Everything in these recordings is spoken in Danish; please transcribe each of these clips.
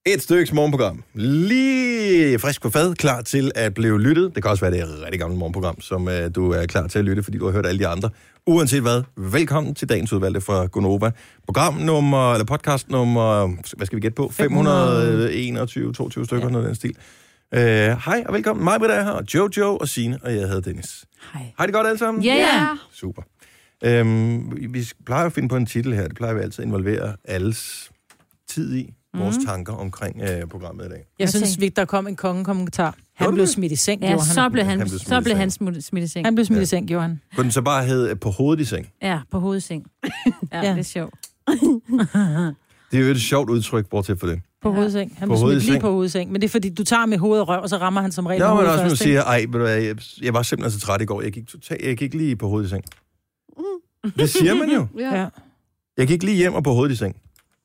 Et stykkes morgenprogram. Lige frisk på fad, klar til at blive lyttet. Det kan også være, det er et rigtig gammelt morgenprogram, som du er klar til at lytte, fordi du har hørt alle de andre. Uanset hvad, velkommen til dagens udvalgte fra Gonova. Podcast nummer, hvad skal vi gætte på? 521, 22 stykker, noget af den stil. Hej og velkommen. Mig, Britt, er her, og Jojo og Signe, og jeg hedder Dennis. Hej. Har det godt alle sammen? Ja. Yeah. Super. Vi plejer at finde på en titel her. Det plejer vi altid at involvere alles tid i. Vores tanker omkring programmet i dag. Jeg synes, der kom en kongekommentar. Han blev smidt i seng, gjorde han. Så blev han smidt i seng. Han blev smidt i seng, gjorde han. Kunne den så bare hedde på hovedet i seng? Ja, på hovedet i seng. Ja, det er sjovt. Det er jo et sjovt udtryk, bortset for det. På hovedet i seng. Han blev smidt lige på hovedet i seng. Men det er fordi, du tager med hoved og røv, og så rammer han som regel hovedet først. Ja, men også siger, jeg var simpelthen så træt i går. Jeg gik lige på hovedet i seng. Det siger man jo. Ja. Jeg gik lige hjem og på hovedet i seng.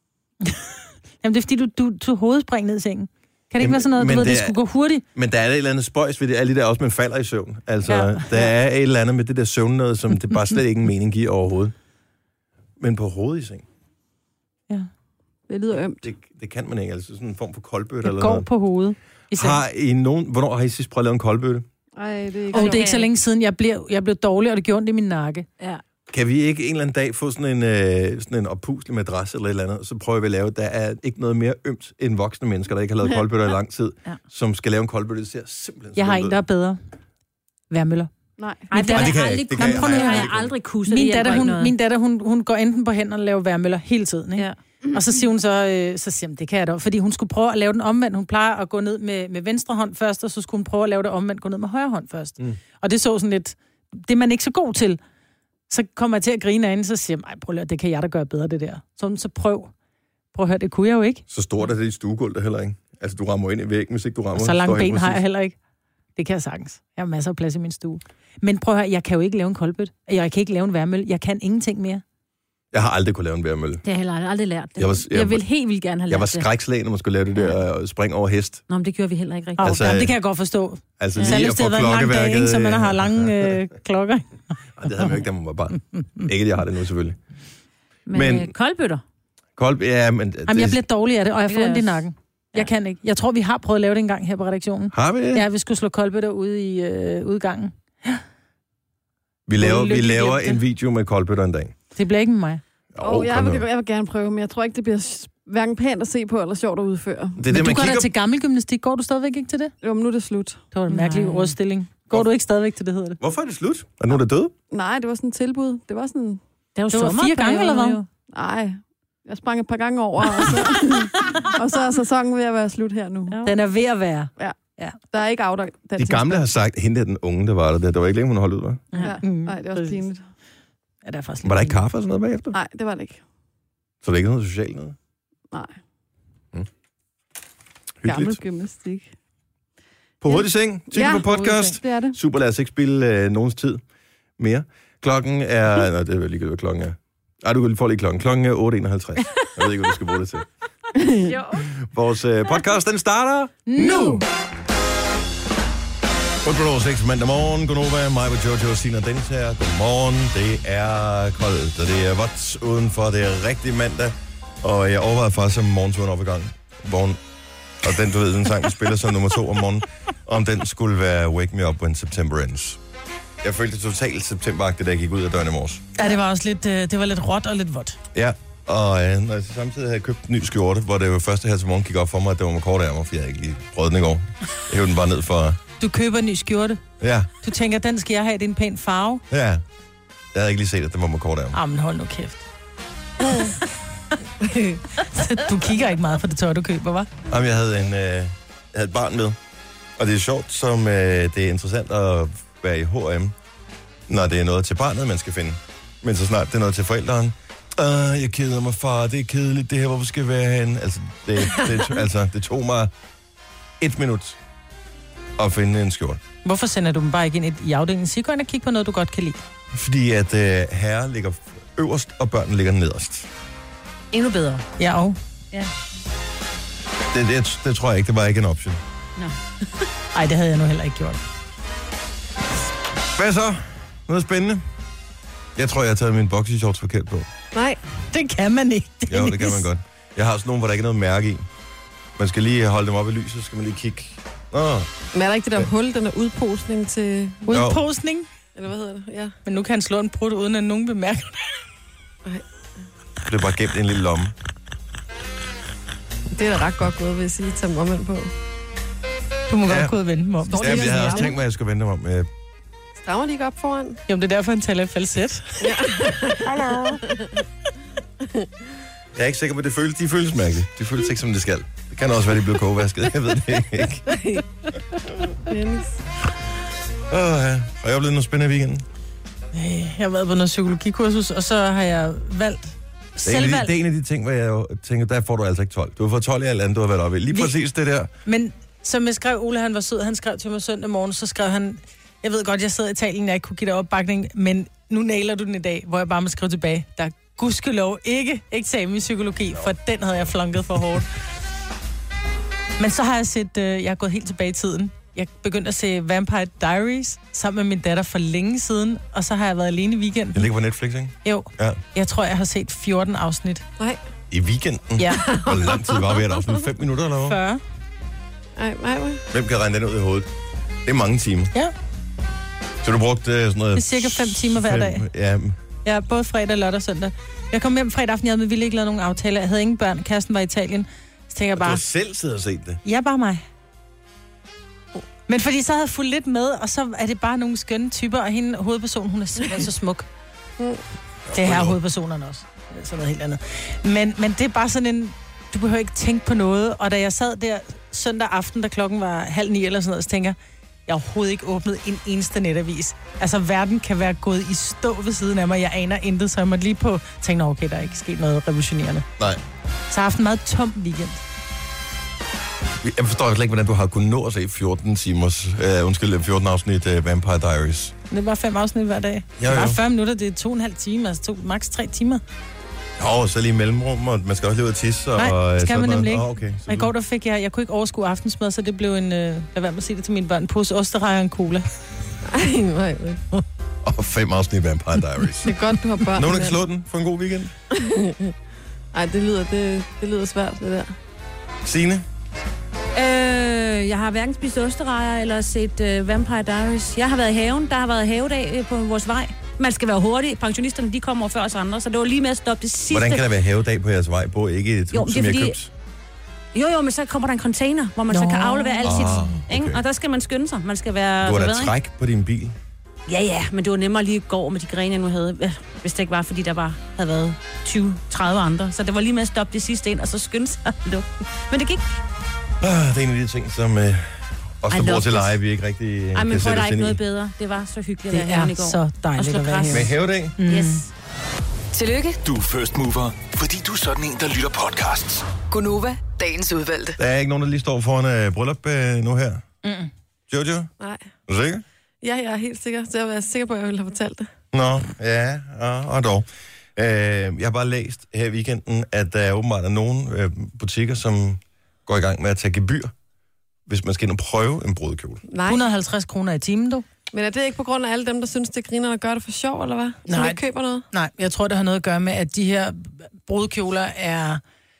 Jamen, det er fordi, du tog hovedspring ned i sengen. Kan det ikke være sådan noget, det skulle gå hurtigt? Men der er et eller andet spøjs ved det, alle de der også, man falder i søvn. Altså, der er et eller andet med det der søvn noget, som det bare slet ikke en mening giver overhovedet. Men på hovedet i seng. Ja, det lyder ømt. Det kan man ikke, altså sådan en form for koldbøtte eller noget. Det går på hovedet i seng. Hvornår har I sidst prøvet at lave en koldbøtte? Ej, det er ikke det er ikke så længe siden. Jeg blev dårlig, og det gjorde ondt i min nakke. Ja. Kan vi ikke en eller anden dag få sådan en oppuslig madras eller et eller andet, så prøver vi at lave, der er ikke noget mere ømt end voksne mennesker, der ikke har lavet koldbøtter i lang tid, som skal lave en koldbøtte. Det ser simpelthen jeg har en, der er bedre. Værmøller. Nej. Det kan jeg ikke. Det har jeg aldrig kunnet. Min datter, hun går enten på hænder og laver værmøller hele tiden, ikke? Ja. Og så siger hun så siger hun, det kan jeg da, fordi hun skulle prøve at lave den omvendt. Hun plejer at gå ned med venstre hånd først, og så skulle hun prøve at lave det omvendt, gå ned med højre hånd først. Og det så sådan lidt, det er man ikke så god til. Så kommer jeg til at grine af hende, så siger jeg, prøv at det kan jeg da gøre bedre, det der. Så prøv at høre, det kunne jeg jo ikke. Så stort er det i stuegulvet der heller ikke. Altså, du rammer ind i væggen, hvis ikke du rammer. Så lange ben har jeg heller ikke. Det kan jeg sagtens. Jeg har masser af plads i min stue. Men prøv at høre, jeg kan jo ikke lave en koldbøtte. Jeg kan ikke lave en værmølle. Jeg kan ingenting mere. Jeg har aldrig kunne lave en værmølle. Det har jeg aldrig lært. Jeg vil helt vildt gerne have lært det. Jeg var skrækslagen, når man skulle lave det der spring over hest. Nå, men det gjorde vi heller ikke rigtigt. Det kan jeg godt forstå. Altså lige at få klokkeværket. Så man har lange klokker. Det havde man jo ikke, da man var barn. Ikke, at jeg har det nu, selvfølgelig. Men koldbøtter? Jamen, jeg bliver dårlig af det, og jeg får ondt i nakken. Jeg kan ikke. Jeg tror, vi har prøvet at lave det en gang her på redaktionen. Har vi det? Ja, vi skulle slå koldbøtter ude i udgangen. Vi laver en video med koldbøtter en dag. Det bliver ikke med mig. Jeg vil gerne prøve, men jeg tror ikke, det bliver hverken pænt at se på, eller sjovt at udføre. Men du går da til gammel gymnastik. Går du stadigvæk ikke til det? Jo, men nu er det slut. Det var en mærkelig ordstilling. Går du ikke stadigvæk til det, hedder det? Hvorfor er det slut? Er nu det død? Nej, det var sådan et tilbud. Det var sådan... Det var 4 gange, eller hvad? Nej, jeg sprang et par gange over, og så er sæsonen ved at være slut her nu. Ja. Den er ved at være. Ja. Der er ikke afdag. De gamle har sagt, hende er den unge, der var der. Det var ikke længe, hun holdt ud, hva'? Ja. Nej, det var også pinligt. Ja, det er faktisk var der ikke kaffe og sådan noget bagefter? Nej, det var det ikke. Så det er ikke noget socialt noget? Nej. Hyggeligt. Gammel gymnastik. På hovedet i seng, tænker på podcast. Det er det. Super, lad os ikke spille nogens tid mere. Klokken er... Nå, det er lige hvad klokken er. Ej, du får lige klokken. Klokken er 8:51. Jeg ved ikke, hvad du skal bruge det til. Vores podcast, den starter nu! 8:06 mandag morgen. Godnova, mig med Jojo, Signe og Dennis her. Godmorgen. Det er koldt, og det er vådt udenfor. Det er rigtig mandag. Og jeg overvejede faktisk, om morgenturen op i gang. Og den, du ved, den sang, vi spiller som nummer 2 om morgenen, om den skulle være Wake Me Up When September Ends. Jeg følte det totalt septemberagtigt, da jeg gik ud af døren i morges. Ja, det var også lidt, det var lidt råt og lidt vådt. Ja, og når jeg samtidig havde købt en ny skjorte, hvor det jo første her til morgen gik op for mig, at det var med korte ærmer, for jeg havde ikke lige prøvet den i går. Jeg hævde den bare ned for... Du køber en ny skjorte? Ja. Du tænker, den skal jeg have, det er en pæn farve? Ja. Jeg havde ikke lige set, at den var med korte ærmer. Men hold nu kæft. Du kigger ikke meget på det tøj, du køber, hva'? Jamen, jeg havde et barn med, og det er sjovt, som det er interessant at være i H&M, når det er noget til barnet, man skal finde. Men så snart det er noget til forældrene. Jeg keder mig, far, det er kedeligt, det her, hvorfor skal jeg være henne? Altså, det tog mig 1 minut at finde en skjorte. Hvorfor sender du dem bare ikke ind i afdelingen? Sig gå ind og kig på noget, du godt kan lide. Fordi at herrer ligger øverst, og børnene ligger nederst. Endnu bedre. Ja, og? Ja. Det tror jeg ikke, det var ikke en option. Nå. Ej, det havde jeg nu heller ikke gjort. Hvad så? Noget spændende? Jeg tror, jeg har taget min boxershorts forkert på. Nej, det kan man ikke. Jo, det kan man godt. Jeg har også nogle, hvor der ikke er noget mærke i. Man skal lige holde dem op i lyset, så skal man lige kigge. Men er der ikke det der hul, den der udposning til... Udposning? Eller hvad hedder det? Ja. Men nu kan han slå en brud, uden at nogen bemærker det. Det er bare gemt i en lille lomme. Det er da ret godt gået, vil jeg sige, tage mig omvendt på. Du må godt gå ud og vente mig om. Jeg havde også tænkt mig, at jeg skulle vente mig om. Strammer de ikke op foran? Jo, det er derfor, han taler i falset. Ja. Hallo. Jeg er ikke sikker på, at de føles mærkeligt. De føles ikke, som det skal. Det kan også være, de blev kogevasket. Jeg ved det ikke. Dennis. Har jeg oplevet noget spændende i weekenden? Jeg har været på noget psykologikursus, og så har jeg valgt... Det er en af de ting, hvor jeg jo tænker, der får du altså ikke 12. Du har fået 12 i alt andet, du har været oppe i. Lige præcis det der. Men som jeg skrev, Ole, han var sød, han skrev til mig søndag morgen, så skrev han, jeg ved godt, jeg sidder i Italien, jeg ikke kunne give dig opbakning, men nu nailer du den i dag, hvor jeg bare må skrive tilbage. Der er gudskelov ikke eksamen i psykologi, for den havde jeg flunket for hårdt. Men så har jeg set, jeg er gået helt tilbage i tiden. Jeg begyndte at se Vampire Diaries sammen med min datter for længe siden, og så har jeg været alene i weekenden. Det ligger på Netflix, ikke? Jo. Ja. Jeg tror, jeg har set 14 afsnit. Nej. I weekenden? Ja. Hvor lang tid var vi et afsnit? 5 minutter eller hvad? 40. Nej. Hvem kan regne den ud i hovedet? Det er mange timer. Ja. Så du brugte sådan noget... Det er cirka 5 timer hver dag. Ja. Ja, både fredag, lørdag og søndag. Jeg kom hjem fredag aften, jeg havde med vildt ikke lavet nogen aftaler. Jeg havde ingen børn, kæresten var i Italien. Så tænker jeg bare... Du har selv siddet og set det? Ja, bare mig. Men fordi så havde jeg fulgt lidt med, og så er det bare nogle skønne typer, og hende hovedpersonen, hun er simpelthen så smuk. Det her hovedpersonerne også. Det er sådan noget helt andet. Men det er bare sådan en... Du behøver ikke tænke på noget. Og da jeg sad der søndag aften, da klokken var 8:30 eller sådan noget, så tænker jeg har overhovedet ikke åbnet en eneste netavis. Altså, verden kan være gået i stå ved siden af mig. Jeg aner intet, så jeg måtte lige på tænke, okay, der er ikke sket noget revolutionerende. Nej. Så jeg har haft en meget tom weekend. Jeg forstår slet ikke, hvordan du har kunnet nå at se 14 afsnit Vampire Diaries. Det var 5 afsnit hver dag. Jo. Det var 40 minutter, det er 2,5 timer, altså maks 3 timer. Jo, så lige mellemrum, og man skal også leve af tisse. Nej, og skal man nemlig ikke. Okay, og i går der fik jeg kunne ikke overskue aftensmad, så det blev en, lad være med at sige det til mine børn, en pose osterejer og en cola. Nej. Og 5 afsnit Vampire Diaries. Det er godt, du har børn. Nogen, der kan slå den for en god weekend? Ej, det lyder svært, det der. Signe? Jeg har hverken spist osterejer eller set Vampire Diaries. Jeg har været i haven. Der har været havedag på vores vej. Man skal være hurtig. Pensionisterne, de kommer før os andre, så det var lige med at stoppe det sidste. Hvordan kan der være havedag på jeres vej? Bo ikke et hus, som jeg har købt? Jo, men så kommer der en container, hvor man så kan aflevere alt sit. Okay. Og der skal man skynde sig. Man skal være... Du har da træk på din bil. Ja, men det var nemmere lige at gå med de grene, jeg nu havde. Hvis det ikke var, fordi der bare havde været 20-30 andre. Så det var lige med at stoppe det sidste ind, og så skynde sig. Men det gik. Det er en af de ting, som os, der bor til leje, vi ikke rigtig kan men sætte os ind i. Noget bedre. Det var så hyggeligt at det være her i går. Det er så dejligt at være her. Med havedag? Yes. Tillykke. Du er first mover, fordi du er sådan en, der lytter podcasts. Gunova, dagens udvalgte. Der er ikke nogen, der lige står foran bryllup nu her? Jojo? Nej. Er du sikker? Ja, jeg er helt sikker. Så jeg er sikker på, at jeg ville have fortalt det. Nå, ja, og dog. Jeg har bare læst her i weekenden, at der åbenbart er nogle butikker, som går i gang med at tage gebyr, hvis man skal ind og prøve en brudekjole. Nej. 150 kroner i timen, du. Men er det ikke på grund af alle dem, der synes, det griner og gør det for sjov, eller hvad? Som ikke køber noget? Nej, jeg tror, det har noget at gøre med, at de her brudekjoler er...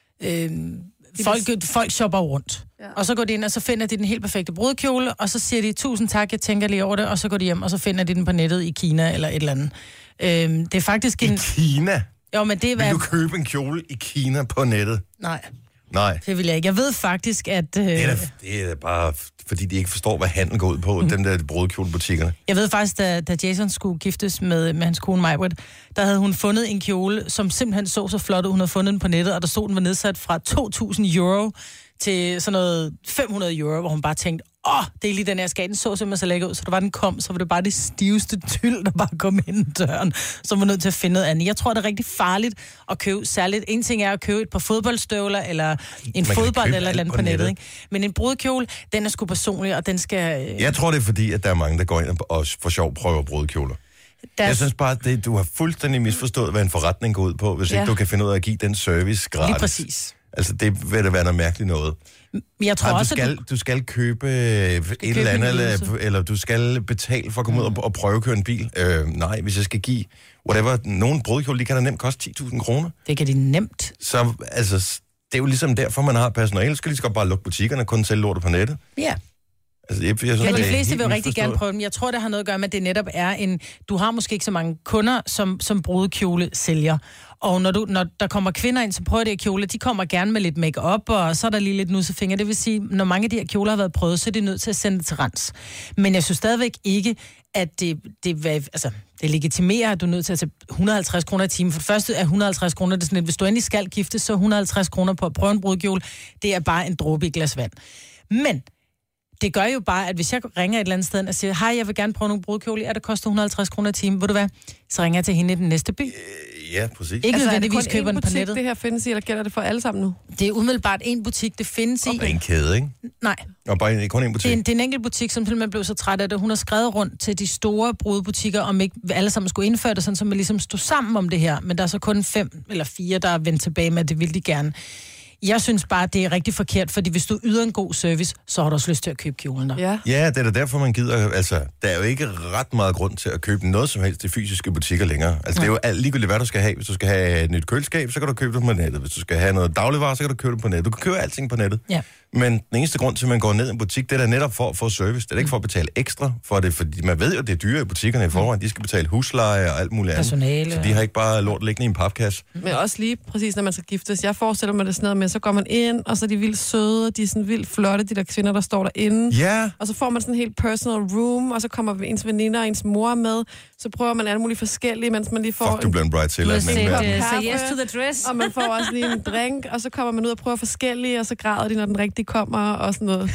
Folk shopper rundt. Ja. Og så går de ind, og så finder de den helt perfekte brudekjole, og så siger de, 1000 tak, jeg tænker lige over det, og så går de hjem, og så finder de den på nettet i Kina eller et eller andet. Det er faktisk en... I Kina? Jo, men det er... Vil du købe en kjole i Kina på nettet? Nej. Det vil jeg ikke. Jeg ved faktisk, at... Det er bare, fordi de ikke forstår, hvad handel går ud på, dem der brudekjolebutikkerne. Jeg ved faktisk, da Jason skulle giftes med hans kone Majbrit, der havde hun fundet en kjole, som simpelthen så flot ud. Hun havde fundet den på nettet, og der stod den var nedsat fra 2.000 euro til sådan noget 500 euro, hvor hun bare tænkte, det er lige den her skal. Den så simpelthen så lækker ud, så da var den kom, så var det bare det stiveste tyld, der bare kom ind døren, som var nødt til at finde noget andet. Jeg tror, det er rigtig farligt at købe særligt. En ting er at købe et par fodboldstøvler, eller en fodbold eller et eller andet på nettet. Ikke? Men en brudekjole, den er sgu personlig, og den skal... Jeg tror, det er fordi, at der er mange, der går ind og for sjov prøver brudekjoler. Jeg synes bare, at du har fuldstændig misforstået, hvad en forretning går ud på, hvis ikke du kan finde ud af at give den service gratis. Lige præcis. Altså, det vil da være noget mærkeligt noget. Jeg tror også, du skal købe et eller andet, eller du skal betale for at komme ud og prøve køre en bil. Nej, hvis jeg skal give whatever, nogen brudekjole, de kan da nemt koste 10.000 kroner. Det kan de nemt. Så, altså, det er jo ligesom derfor, man har personale. Skal lige så godt bare lukke butikkerne og kun sælge lortet på nettet. Ja. Altså, jeg synes, Men de fleste vil jo rigtig gerne prøve dem. Jeg tror, det har noget at gøre med, at det netop er en... Du har måske ikke så mange kunder, som brudekjole sælger. Og når der kommer kvinder ind, så prøver de her kjoler, de kommer gerne med lidt make-up, og så er der lige lidt nussefinger. Det vil sige, når mange af de her kjoler har været prøvet, så er de nødt til at sende det til rens. Men jeg synes stadigvæk ikke, at det legitimerer, at du er nødt til at tage 150 kroner i timen. For det første er 150 kroner, det er sådan lidt, hvis du endelig skal gifte, så 150 kroner på at prøve en brudekjole, det er bare en dråbe i glas vand. Men det gør jo bare, at hvis jeg ringer et eller andet sted og siger, hej, jeg vil gerne prøve nogle brudekjole, det koster 150 kroner i timen, ved du hvad? Så ringer jeg til hende i den næste by. Ja, præcis. Ikke nødvendigvis køber den på nettet. Det her findes i, eller gælder det for alle sammen nu? Det er umiddelbart en butik, det findes i. Og en kæde, ikke? Nej. Og bare kun en butik? Det er en enkelt butik, som simpelthen blev så træt af det. Hun har skrevet rundt til de store brudebutikker, om ikke alle sammen skulle indføre det, sådan så man ligesom stod sammen om det her. Men der er så kun 5 eller 4, der er vendt tilbage med, at det vil de gerne. Jeg synes bare, det er rigtig forkert, fordi hvis du yder en god service, så har du også lyst til at købe kjolen der. Ja, det er da derfor, man gider... Altså, der er jo ikke ret meget grund til at købe noget som helst i fysiske butikker længere. Altså, det er jo ligegyldigt, hvad du skal have. Hvis du skal have et nyt køleskab, så kan du købe det på nettet. Hvis du skal have noget dagligvarer, så kan du købe det på nettet. Du kan købe alting på nettet. Ja. Men den eneste grund til, at man går ned i en butik, det er da netop for at få service. Det er ikke for at betale ekstra for det, fordi man ved jo, at det er dyre i butikkerne i forvejen. De skal betale husleje og alt muligt andet. Personale. Så de har ikke bare lort liggende i en papkasse. Men også lige præcis, når man skal giftes. Jeg forestiller mig det sådan noget med, så går man ind, og så er de vildt søde, de er sådan vildt flotte, de der kvinder, der står derinde. Ja. Og så får man sådan en helt personal room, og så kommer ens veninder og ens mor med. Så prøver man alle mulige forskellige, mens man lige får... Fuck, du bliver en bridezilla. Say yes to the dress. Og man får også lige en drink, og så kommer man ud og prøver forskellige, og så græder de, når den rigtige kommer, og sådan noget.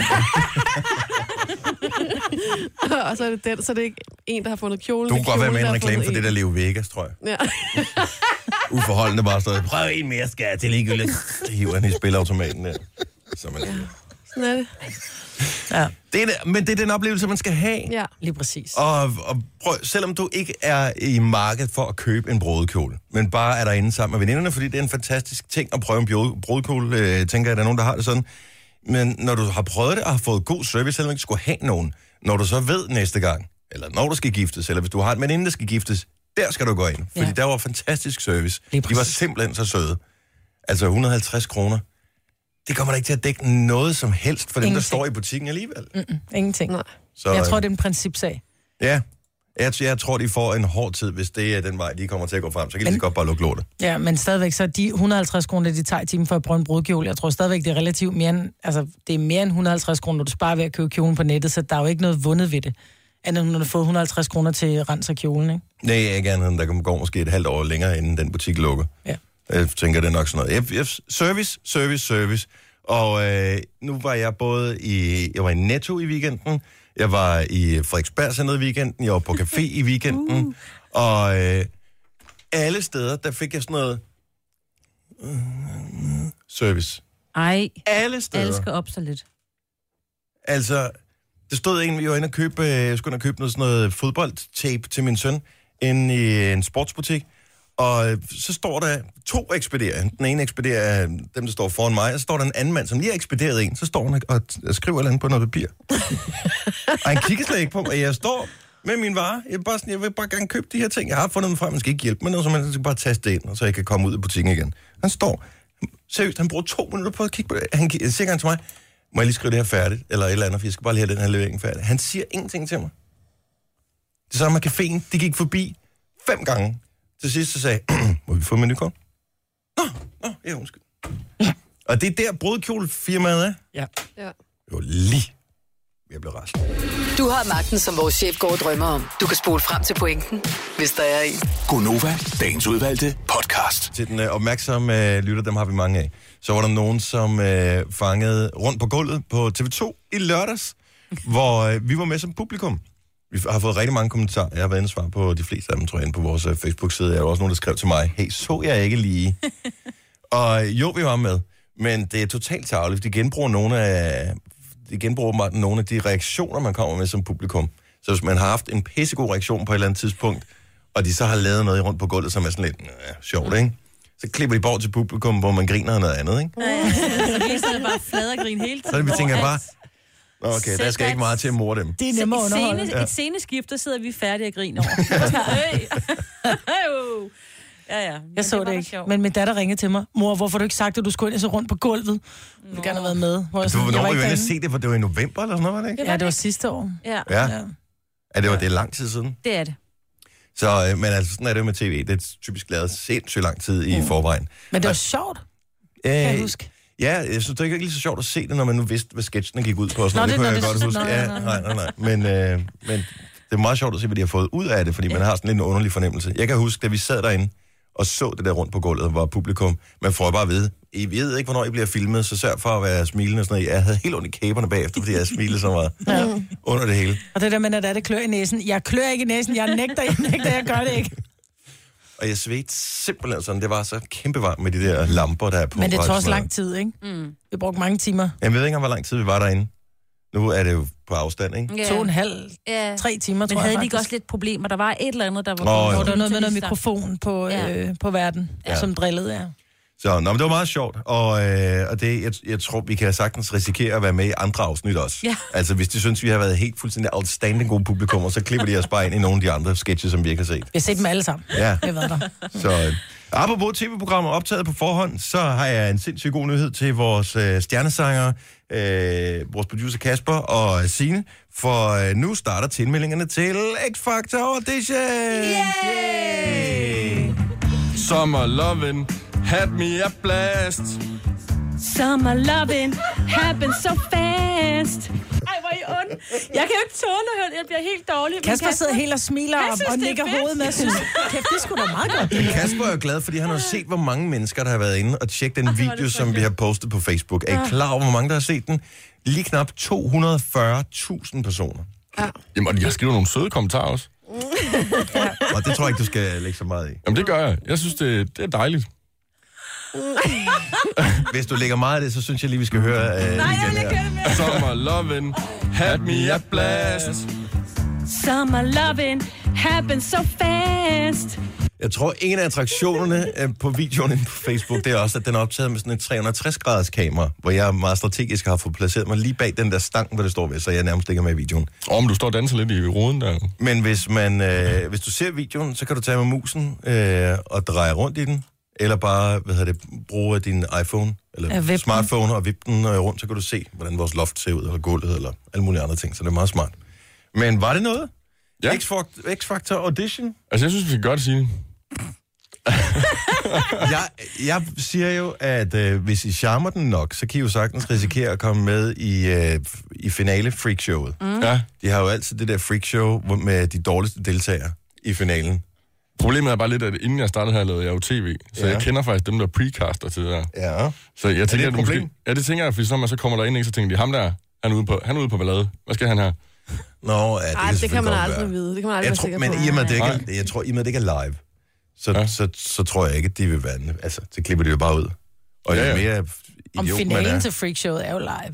Og så er det den, så er det ikke en, der har fundet kjolen. Du kunne godt være med en reklame for det der Leo Vegas, tror jeg. Ja. Uforholdende bare stået. Prøv en mere, skal jeg til ligegyldigt. Det hiver han i spilautomaten der. Så man... Ja, sådan er det. Ja. Men det er den oplevelse, man skal have. Ja, lige præcis. Og prøv, selvom du ikke er i markedet for at købe en brudekjole, men bare er derinde sammen med veninderne, fordi det er en fantastisk ting at prøve en brudekjole, tænker jeg, der er nogen, der har det sådan. Men når du har prøvet det og har fået god service, selvom du ikke skulle have nogen, når du så ved næste gang, eller når du skal giftes, eller hvis du har en veninde, der skal giftes, der skal du gå ind. Fordi der var fantastisk service. De var simpelthen så søde. Altså 150 kroner. Det kommer da ikke til at dække noget som helst for dem, der står i butikken alligevel. Ingenting. Nej. Så, jeg tror, det er en principsag. Ja. Jeg tror, de får en hård tid, hvis det er den vej, de kommer til at gå frem. Så kan de godt bare lukke lortet. Ja, men stadigvæk, så de 150 kroner, de tager i timen for at prøve en brudkjole, jeg tror stadigvæk, det er relativt mere end, altså, det er mere end 150 kroner, du sparer ved at købe kjolen på nettet, så der er jo ikke noget vundet ved det, end når du får 150 kroner til rens af kjolen, ikke? Nej, ikke andet end, der kan gå måske et halvt år længere, inden den butik lukker. Ja. Jeg tænker, det er nok sådan noget. Service. Og nu var jeg jeg var i Netto i weekenden, jeg var i Frederiksberg Center i weekenden, jeg var på café i weekenden, og alle steder, der fik jeg sådan noget service. Ej, alle steder. Alle skal op så lidt. Altså, det stod en, vi var inde og købe, jeg skulle inde og købe noget fodboldtape til min søn, inde i en sportsbutik, og så står der 2 ekspederer. Den ene ekspederer dem, der står foran mig, og så står der en anden mand, som lige har ekspederet en. Så står han og skriver et eller andet på noget papir. Og han kigger slet ikke på mig. Jeg står med min vare. Jeg vil bare gerne købe de her ting. Jeg har fundet dem frem, man skal ikke hjælpe med noget, så man skal bare taste det ind, og så jeg kan komme ud af butikken igen. Han står, seriøst, han bruger 2 minutter på at kigge på det. Han siger til mig, må jeg lige skrive det her færdigt, eller et eller andet, for jeg skal bare lige have den her levering færdig. Han siger ingenting til mig. Det samme med caféen, de gik forbi 5 gange. Til sidst så sagde må vi få menukort? Nå, ja, undskyld. Og det er der brudkjolefirmaet er? Ja. Jo, lige. Jeg blev rasende. Du har magten, som vores chef går og drømmer om. Du kan spole frem til pointen, hvis der er en. Gonova, dagens udvalgte podcast. Til den opmærksomme lytter, dem har vi mange af. Så var der nogen, som fangede rundt på gulvet på TV2 i lørdags, hvor vi var med som publikum. Vi har fået rigtig mange kommentarer. Jeg har været inde og svare på de fleste af dem, tror jeg, inde på vores Facebook-side. Jeg har også nogen, der skrev til mig, hey, så jeg ikke lige? Og jo, vi var med, men det er totalt tarveligt. De genbruger nogle af de reaktioner, man kommer med som publikum. Så hvis man har haft en pissegod reaktion på et eller andet tidspunkt, og de så har lavet noget rundt på gulvet, som er sådan lidt sjovt, ikke? Så klipper de bort til publikum, hvor man griner af noget andet, ikke? Ja. Så vi sidder bare fladergrin hele tiden. Så det tænker jeg bare, okay, der skal ikke meget til at more dem. Det er nemmere underholde. Et sceneskift, der sidder vi færdige at grine over. Ja. Jeg så det ikke. Men min datter ringede til mig. Mor, hvorfor har du ikke sagt, at du skulle ind og så rundt på gulvet? Du ville gerne have været med. Hvornår var vi se det? For det var i november eller sådan noget, var det ikke? Ja, det var sidste år. Ja. Ja, det er lang tid siden. Det er det. Så, men altså, sådan er det med tv. Det er typisk lavet sindssygt lang tid i forvejen. Men det var sjovt, kan jeg huske. Ja, jeg synes, det er ikke lige så sjovt at se det, når man nu vidste, hvad sketchene gik ud på. Nå, det kunne jeg godt huske. Nej. Men det er meget sjovt at se, hvad de har fået ud af det, fordi man har sådan lidt en underlig fornemmelse. Jeg kan huske, da vi sad derinde og så det der rundt på gulvet, var publikum. Man får bare at vide, I ved ikke, hvornår I bliver filmet, så sørg for at være smilende og sådan noget. Jeg havde helt ondt i kæberne bagefter, fordi jeg smilede så meget under det hele. Og det der med, at det klør i næsen. Jeg klør ikke i næsen, jeg nægter, jeg gør det ikke. Og jeg svedte simpelthen sådan, det var så kæmpe varmt med de der lamper, der er på. Men det tog også lang tid, ikke? Vi brugte mange timer. Jeg ved ikke engang, hvor lang tid vi var derinde. Nu er det jo på afstand, ikke? Yeah. 2,5-3 timer, tror jeg. Men havde de ikke også lidt problemer? Der var et eller andet, der var... Hvor der var noget med noget mikrofon på verden, som drillede, Så, men det var meget sjovt, og det, jeg tror, vi kan sagtens risikere at være med i andre afsnit også. Ja. Altså, hvis de synes, vi har været helt fuldstændig outstanding gode publikummer, så klipper de os bare ind i nogle af de andre sketches, som vi ikke har set. Vi har set dem alle sammen. Ja. Jeg ved der. Så, apropos tv-programmer optaget på forhånd, så har jeg en sindssygt god nyhed til vores stjernesanger, vores producer Kasper og Signe, for nu starter tilmeldingerne til X-Factor Audition! Yay! Summer lovin', had me a blast. Summer lovin' happened so fast. Ej, hvor er I ondt. Jeg kan jo ikke tåle at høre, jeg bliver helt dårlig. Kasper sidder helt og smiler og nikker hovedet med. Synes, kæft, det skulle da meget godt. Kasper er jo glad, fordi han har set, hvor mange mennesker, der har været inde og tjekket den video, som vi har postet på Facebook. Er I klar over, hvor mange, der har set den? Lige knap 240.000 personer. Ja. Jamen, jeg skriver nogle søde kommentarer også. Og det tror jeg ikke, du skal lægge så meget i. Jamen, det gør jeg. Jeg synes, det er dejligt. Hvis du lægger meget af det, så synes jeg lige, vi skal høre Nej, jeg vil ikke høre det mere. Summer lovin', had me a blast. Summer lovin' happened so fast. Jeg tror, en af attraktionerne på videoen inde på Facebook, det er også, at den er optaget med sådan et 360-graders kamera, hvor jeg meget strategisk har fået placeret mig lige bag den der stang, hvor det står ved, så jeg nærmest ikke er med i videoen. Men du står og danser lidt i roden der. Men hvis du ser videoen, så kan du tage med musen og dreje rundt i den, eller bare, bruge din iPhone, eller smartphone og vippe den rundt, så kan du se, hvordan vores loft ser ud, eller gulvet, eller alle mulige andre ting, så det er meget smart. Men var det noget? Ja. X-Factor Audition? Altså, jeg synes, vi skal gøre det, Signe. jeg siger jo, at hvis I charmer den nok, så kan I jo sagtens risikere at komme med i finale freakshowet. Ja. De har jo altid det der freakshow med de dårligste deltagere i finalen. Problemet er bare lidt, at inden jeg startede her, lavede jeg jo tv, så jeg kender faktisk dem, der precaster til det der. Ja. Så jeg tænker, er det et problem? Ja, det tænker jeg, fordi når man så kommer der ind, så tænker de, ham der, han er ude på ballade. Hvad skal han her? Nå, ja, det kan man aldrig vide. Det kan man aldrig være sikker på. Men i og med, at det ikke er live, så tror jeg ikke, at de vil være... Altså, så klipper de jo bare ud. Og jo mere idiot om finalen til freakshowet er jo live.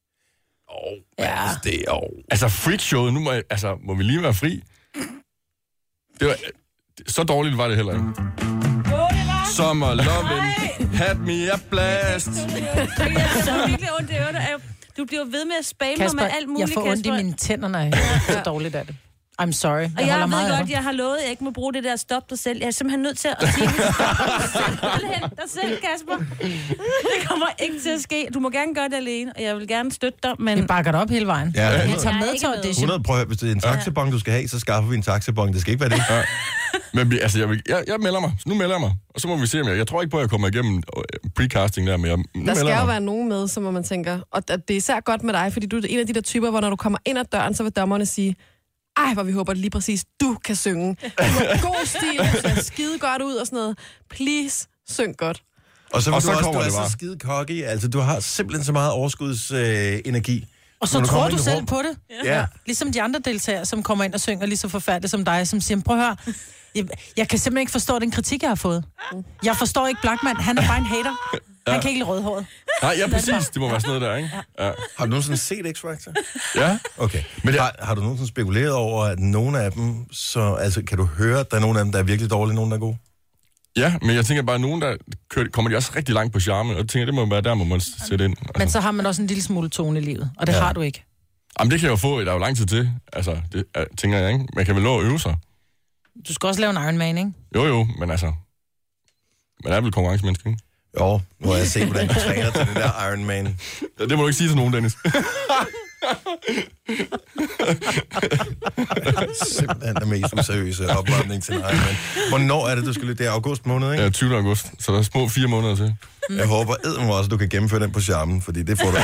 Det er jo... Altså, freakshowet, nu må vi lige være fri. Det var... Så dårligt var det heller ikke. Summer lovin', had me a blast. Jeg så virkelig ondt i ørerne. Du bliver ved med at spamme mig med alt muligt, Kasper. Jeg får ondt i mine tænder, når jeg hører så dårligt af det. I'm sorry. Og jeg ved godt, jeg har lovet, at jeg ikke må bruge det der stop dig selv. Jeg er simpelthen nødt til at sige, dig selv, Kasper. Det kommer ikke til at ske. Du må gerne gøre det alene, og jeg vil gerne støtte dig, men... Vi bakker det op hele vejen. Ja, vi tager med til audition. Prøv at hvis det er en taxabon, du skal have, så skaffer vi en taxabon. Det skal ikke være det. Ja. Men jeg melder mig. Nu melder jeg mig. Og så må vi se, om jeg tror ikke på, at jeg kommer igennem precasting der, men der skal jo være nogen med, som man tænker. Og det er især godt med dig, fordi du er en af de der typer, hvor når du kommer ind ad døren, så vil dommerne sige, ej, hvor vi håber lige præcis, du kan synge. Du har god stil, du ser skide godt ud og sådan noget. Please, syng godt. Og så du er så skide cocky. Altså, du har simpelthen så meget overskudsenergi. Og så tror du selv på det. Ja. Ligesom de andre deltagere, som kommer ind og synger lige så forfærdeligt som dig, som siger, prøv at høre, jeg kan simpelthen ikke forstå den kritik, jeg har fået. Jeg forstår ikke Blackman, han er bare en hater. Han kan ikke lide rødhåret. Nej, ja, præcis. Det må være sådan noget der, ikke? Ja. Har du nogensinde set X-Factor? Ja. Okay. Men har du nogensinde spekuleret over, at nogle af dem, kan du høre, at der er nogle af dem, der er virkelig dårlige, nogle der er gode? Ja, men jeg tænker bare, at nogen, der kommer de også rigtig langt på charme, og jeg tænker, det må være der, må man sætte ind. Altså. Men så har man også en lille smule tone i livet, og det har du ikke. Jamen, det kan jeg jo få, der er jo lang tid til. Altså, det tænker jeg, ikke? Man kan vel lov at øve sig. Du skal også lave en Iron Man, ikke? Jo, men altså... Man er vel konkurrencemenneske, ikke? Jo, nu har jeg set, hvordan du træner til den der Iron Man. Ja, det må du ikke sige til nogen, Dennis. Simpelthen den mest useriøse opvarmning til en Iron Man. Hvornår er det, du skal løbe? Det er august måned, ikke? Ja, 20. august. Så der er små 4 måneder til. Jeg håber eddermame også, at du kan gennemføre den på charmen, fordi det får du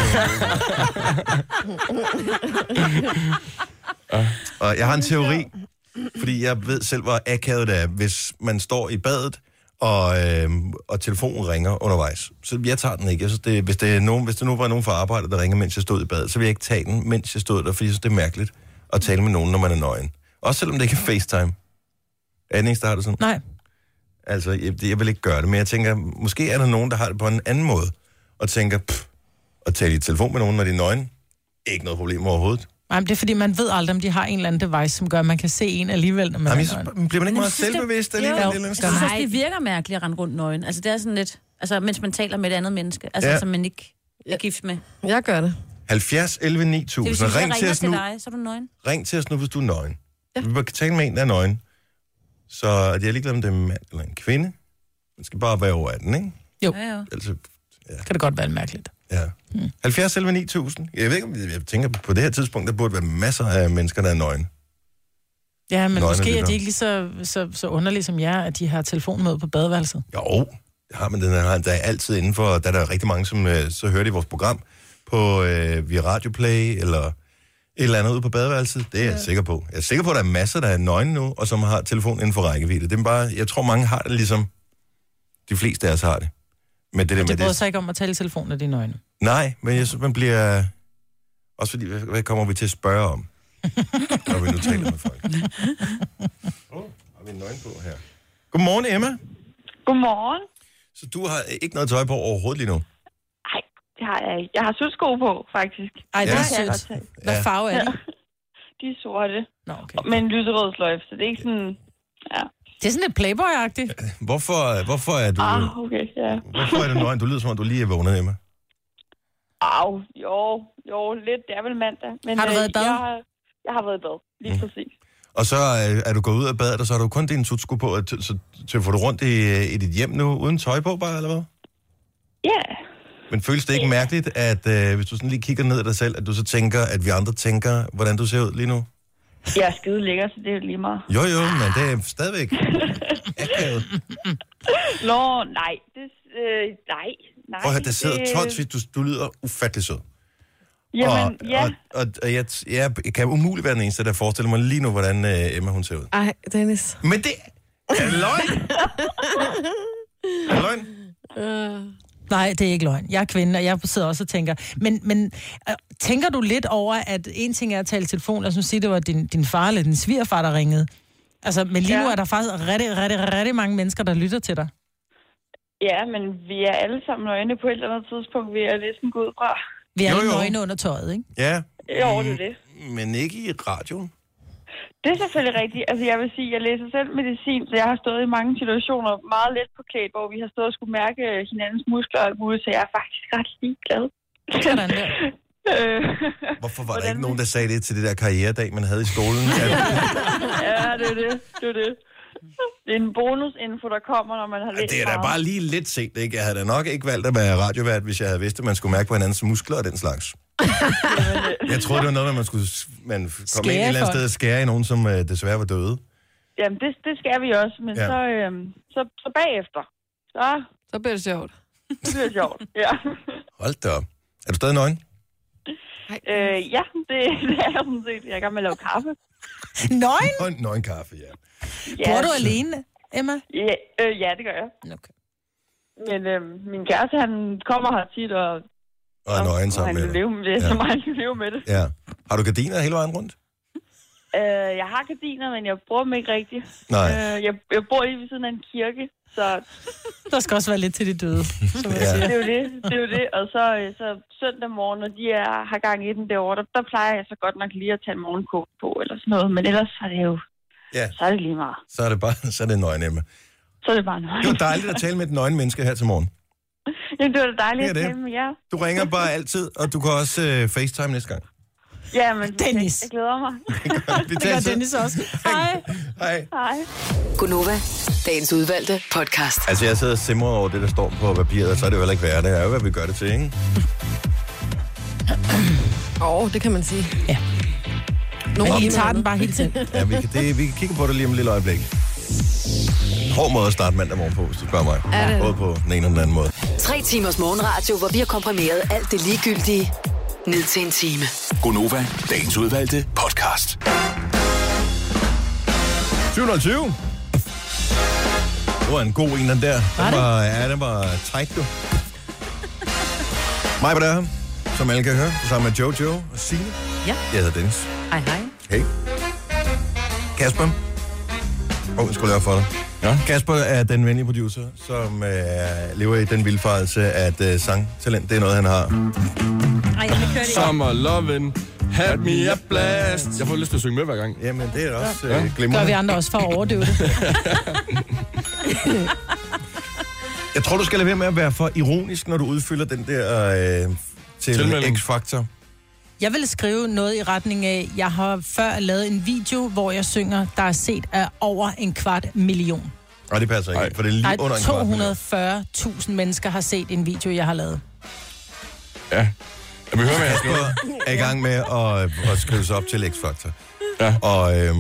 Og jeg har en teori, fordi jeg ved selv, hvor akavet det er, hvis man står i badet, og telefonen ringer undervejs. Så jeg tager den ikke. Jeg synes, hvis der nu var nogen fra arbejde, der ringer, mens jeg stod i badet, så vil jeg ikke tage den, mens jeg stod der, fordi jeg synes, det er mærkeligt at tale med nogen, når man er nøgen. Også selvom det ikke er FaceTime. Er det eneste, der har det sådan? Nej. Altså, jeg vil ikke gøre det, men jeg tænker, måske er der nogen, der har det på en anden måde, og tænker, at tale i telefon med nogen, når de er nøgen, ikke noget problem overhovedet. Nej, men det er fordi, man ved aldrig, om de har en eller anden device, som gør, at man kan se en alligevel, når man er nøgen. Bliver man ikke meget selvbevidst alligevel? Jeg synes, det virker mærkeligt at rende rundt nøgen. Altså, det er sådan lidt... Altså, mens man taler med et andet menneske. Altså, som man ikke er gift med. Jeg gør det. 70 11 9000. Det vil sige, Ring til os nu. dig, så er du nøgen. Ring til os nu, hvis du er nøgen. Ja. Vi kan tale med en, der er nøgen. Så jeg er ligeglad, om det er en mand eller en kvinde. Man skal bare være over 18, ikke? Jo. Ja. Altså, Kan det godt være mærkeligt. Ja. 70 11 9000. Jeg ved ikke, jeg tænker på det her tidspunkt, der burde være masser af mennesker, der er nøgen. Ja, men Nøgne måske lytter. er de ikke lige så underlige som jer, at de har telefon med på badeværelset. Jo, det har man den her. Der er altid indenfor, der er der rigtig mange, som så hører de vores program på via Radioplay eller et eller andet ude på badeværelset. Det er jeg sikker på. Jeg er sikker på, at der er masser, der er nøgne nu, og som har telefonen inden for rækkevidde. Det er bare, jeg tror, mange har det ligesom de fleste af os har det. Men det bryder sig ikke om at tale i telefon, når de er nøgne. Nej, men jeg synes, man bliver... Også fordi, hvad kommer vi til at spørge om, når vi nu taler med folk? Har vi en nøgen på her? Godmorgen, Emma. Godmorgen. Så du har ikke noget tøj på overhovedet lige nu? Nej, det har jeg ikke. Jeg har sødsko på, faktisk. Ej, det er kan jeg godt sødt. tage. Hvad farve er de? De er sorte. Nå, okay. Med en lyserød sløjfe, så det er ikke sådan... Ja. Det er sådan lidt Playboy-agtigt. Hvorfor er du... Okay, ja. Hvorfor er du nøgen? Du lyder som om, du lige er vågnet, Emma. Jo, lidt. Det er vel mandag. Men, Har du været i bad? Jeg har været i bad, lige præcis. Og så er du gået ud af badet, og så har du kun dine tutsko på, så får du rundt i dit hjem nu, uden tøj på bare, eller hvad? Ja. Men føles det ikke mærkeligt, at hvis du sådan lige kigger ned ad dig selv, at du så tænker, at vi andre tænker, hvordan du ser ud lige nu? Jeg er skide lækker, så det er jo lige meget. Jo, men det er stadigvæk akavet. Nå, nej. Nej. Prøv at høre, der sidder tonsvis, du lyder ufattelig sød. Jamen, og jeg kan umuligt være den eneste, der forestiller mig lige nu, hvordan Emma hun ser ud. Ej, Dennis. Men det er løgn! Er det løgn? Nej, det er ikke løgn. Jeg er kvinde, og jeg sidder også og tænker... Men tænker du lidt over, at en ting er at tale i telefon, lad os nu sige, det var din far eller din svigerfar, der ringede. Altså, men lige nu er der faktisk rigtig mange mennesker, der lytter til dig. Ja, men vi er alle sammen nøgne på et eller andet tidspunkt. Vi er næsten gået ud fra. Vi er nøgne under tøjet, ikke? Ja. Jo, det er det. Men ikke i radioen. Det er selvfølgelig rigtigt. Altså, jeg vil sige, jeg læser selv medicin, så jeg har stået i mange situationer meget let på klædt, hvor vi har stået og skulle mærke hinandens muskler og alt muligt, så jeg er faktisk ret ligeglad. Sådan der. Hvorfor var der ikke nogen, der sagde det til det der karrieredag, man havde i skolen? Ja, det er det. Det er en bonusinfo, der kommer, når man har læst. Det er da bare lige lidt sent, ikke? Jeg havde da nok ikke valgt at være radiovært, hvis jeg havde vidst, at man skulle mærke på hinandens muskler og den slags. Jeg troede, det var noget, man skulle komme ind et eller andet sted og skære i nogen, som desværre var døde. Jamen, det skal vi også, men så bagefter, så bliver det sjovt. Det bliver sjovt, ja. Hold da op. Er du stadig nøgen? Ja, det er jeg sådan set. Jeg er i gang med at lave kaffe. Nøgen? Nøgen kaffe, ja. Bor du alene, Emma? Ja, det gør jeg. Okay. Men min kæreste, han kommer her tit, og er nøgen sammen med dig. Så meget, han kan leve med det. Ja. Har du gardiner hele vejen rundt? Jeg har gardiner, men jeg bruger dem ikke rigtigt. Nej. Jeg bor lige ved siden af en kirke, så... Der skal også være lidt til de døde, som jeg siger. Det er jo det. Og så søndag morgen, når de har gang i den derovre, der plejer jeg så godt nok lige at tage en morgenkåb på, eller sådan noget. Men ellers er det jo... Ja. Så er det lige meget. Så er det nøgen, Emma. Så er det bare nøgen. Det var dejligt at tale med et nøgen menneske her til morgen. Jamen, det var dejligt at tale med jer. Du ringer bare altid, og du kan også FaceTime næste gang. Ja, men Dennis. Jeg glæder mig. Det gør Dennis også. Hej. Hej. Gunova, dagens udvalgte podcast. Altså, jeg sidder og simrer over det, der står på papiret, og så er det jo heller ikke værd. Det er jo, hvad vi gør det til, ikke? Det kan man sige. Ja. Men I tager den bare helt selv. Ja, vi kan kigge på det lige om et lille øjeblik. Hård måde at starte mandag morgen på, hvis du spørger mig. Ja, både på den ene og den anden måde. 3 timers morgenradio, hvor vi har komprimeret alt det ligegyldige ned til en time. Gonova, dagens udvalgte podcast. 720. Det var en god en, den der. Den var tight, du. Mig på der her, som alle kan høre, sammen med Jojo og Signe. Ja. Jeg hedder Dennis. Hej. Hey. Kasper. Jeg skulle lave for dig. Ja. Kasper er den venlige producer, som lever i den vildfarelse, at sangtalent, det er noget, han har. Ej, jeg vil køre det. Summer lovin', had me a blast. Jeg får lyst til at synge med hver gang. Jamen, det er også Gør glimrende. vi andre også for at overdøve det. Jeg tror, du skal lade være med at være for ironisk, når du udfylder den der til Tilmelding. X-Factor. Jeg vil skrive noget i retning af, jeg har før lavet en video, hvor jeg synger, der er set af over 250.000. Nej, det passer ikke, for det er lige under en kvart million. 240.000 mennesker har set en video, jeg har lavet. Ja. Jeg vil høre, hvad jeg skriver. Er i gang med at skrive sig op til X-Factor. Ja. Og er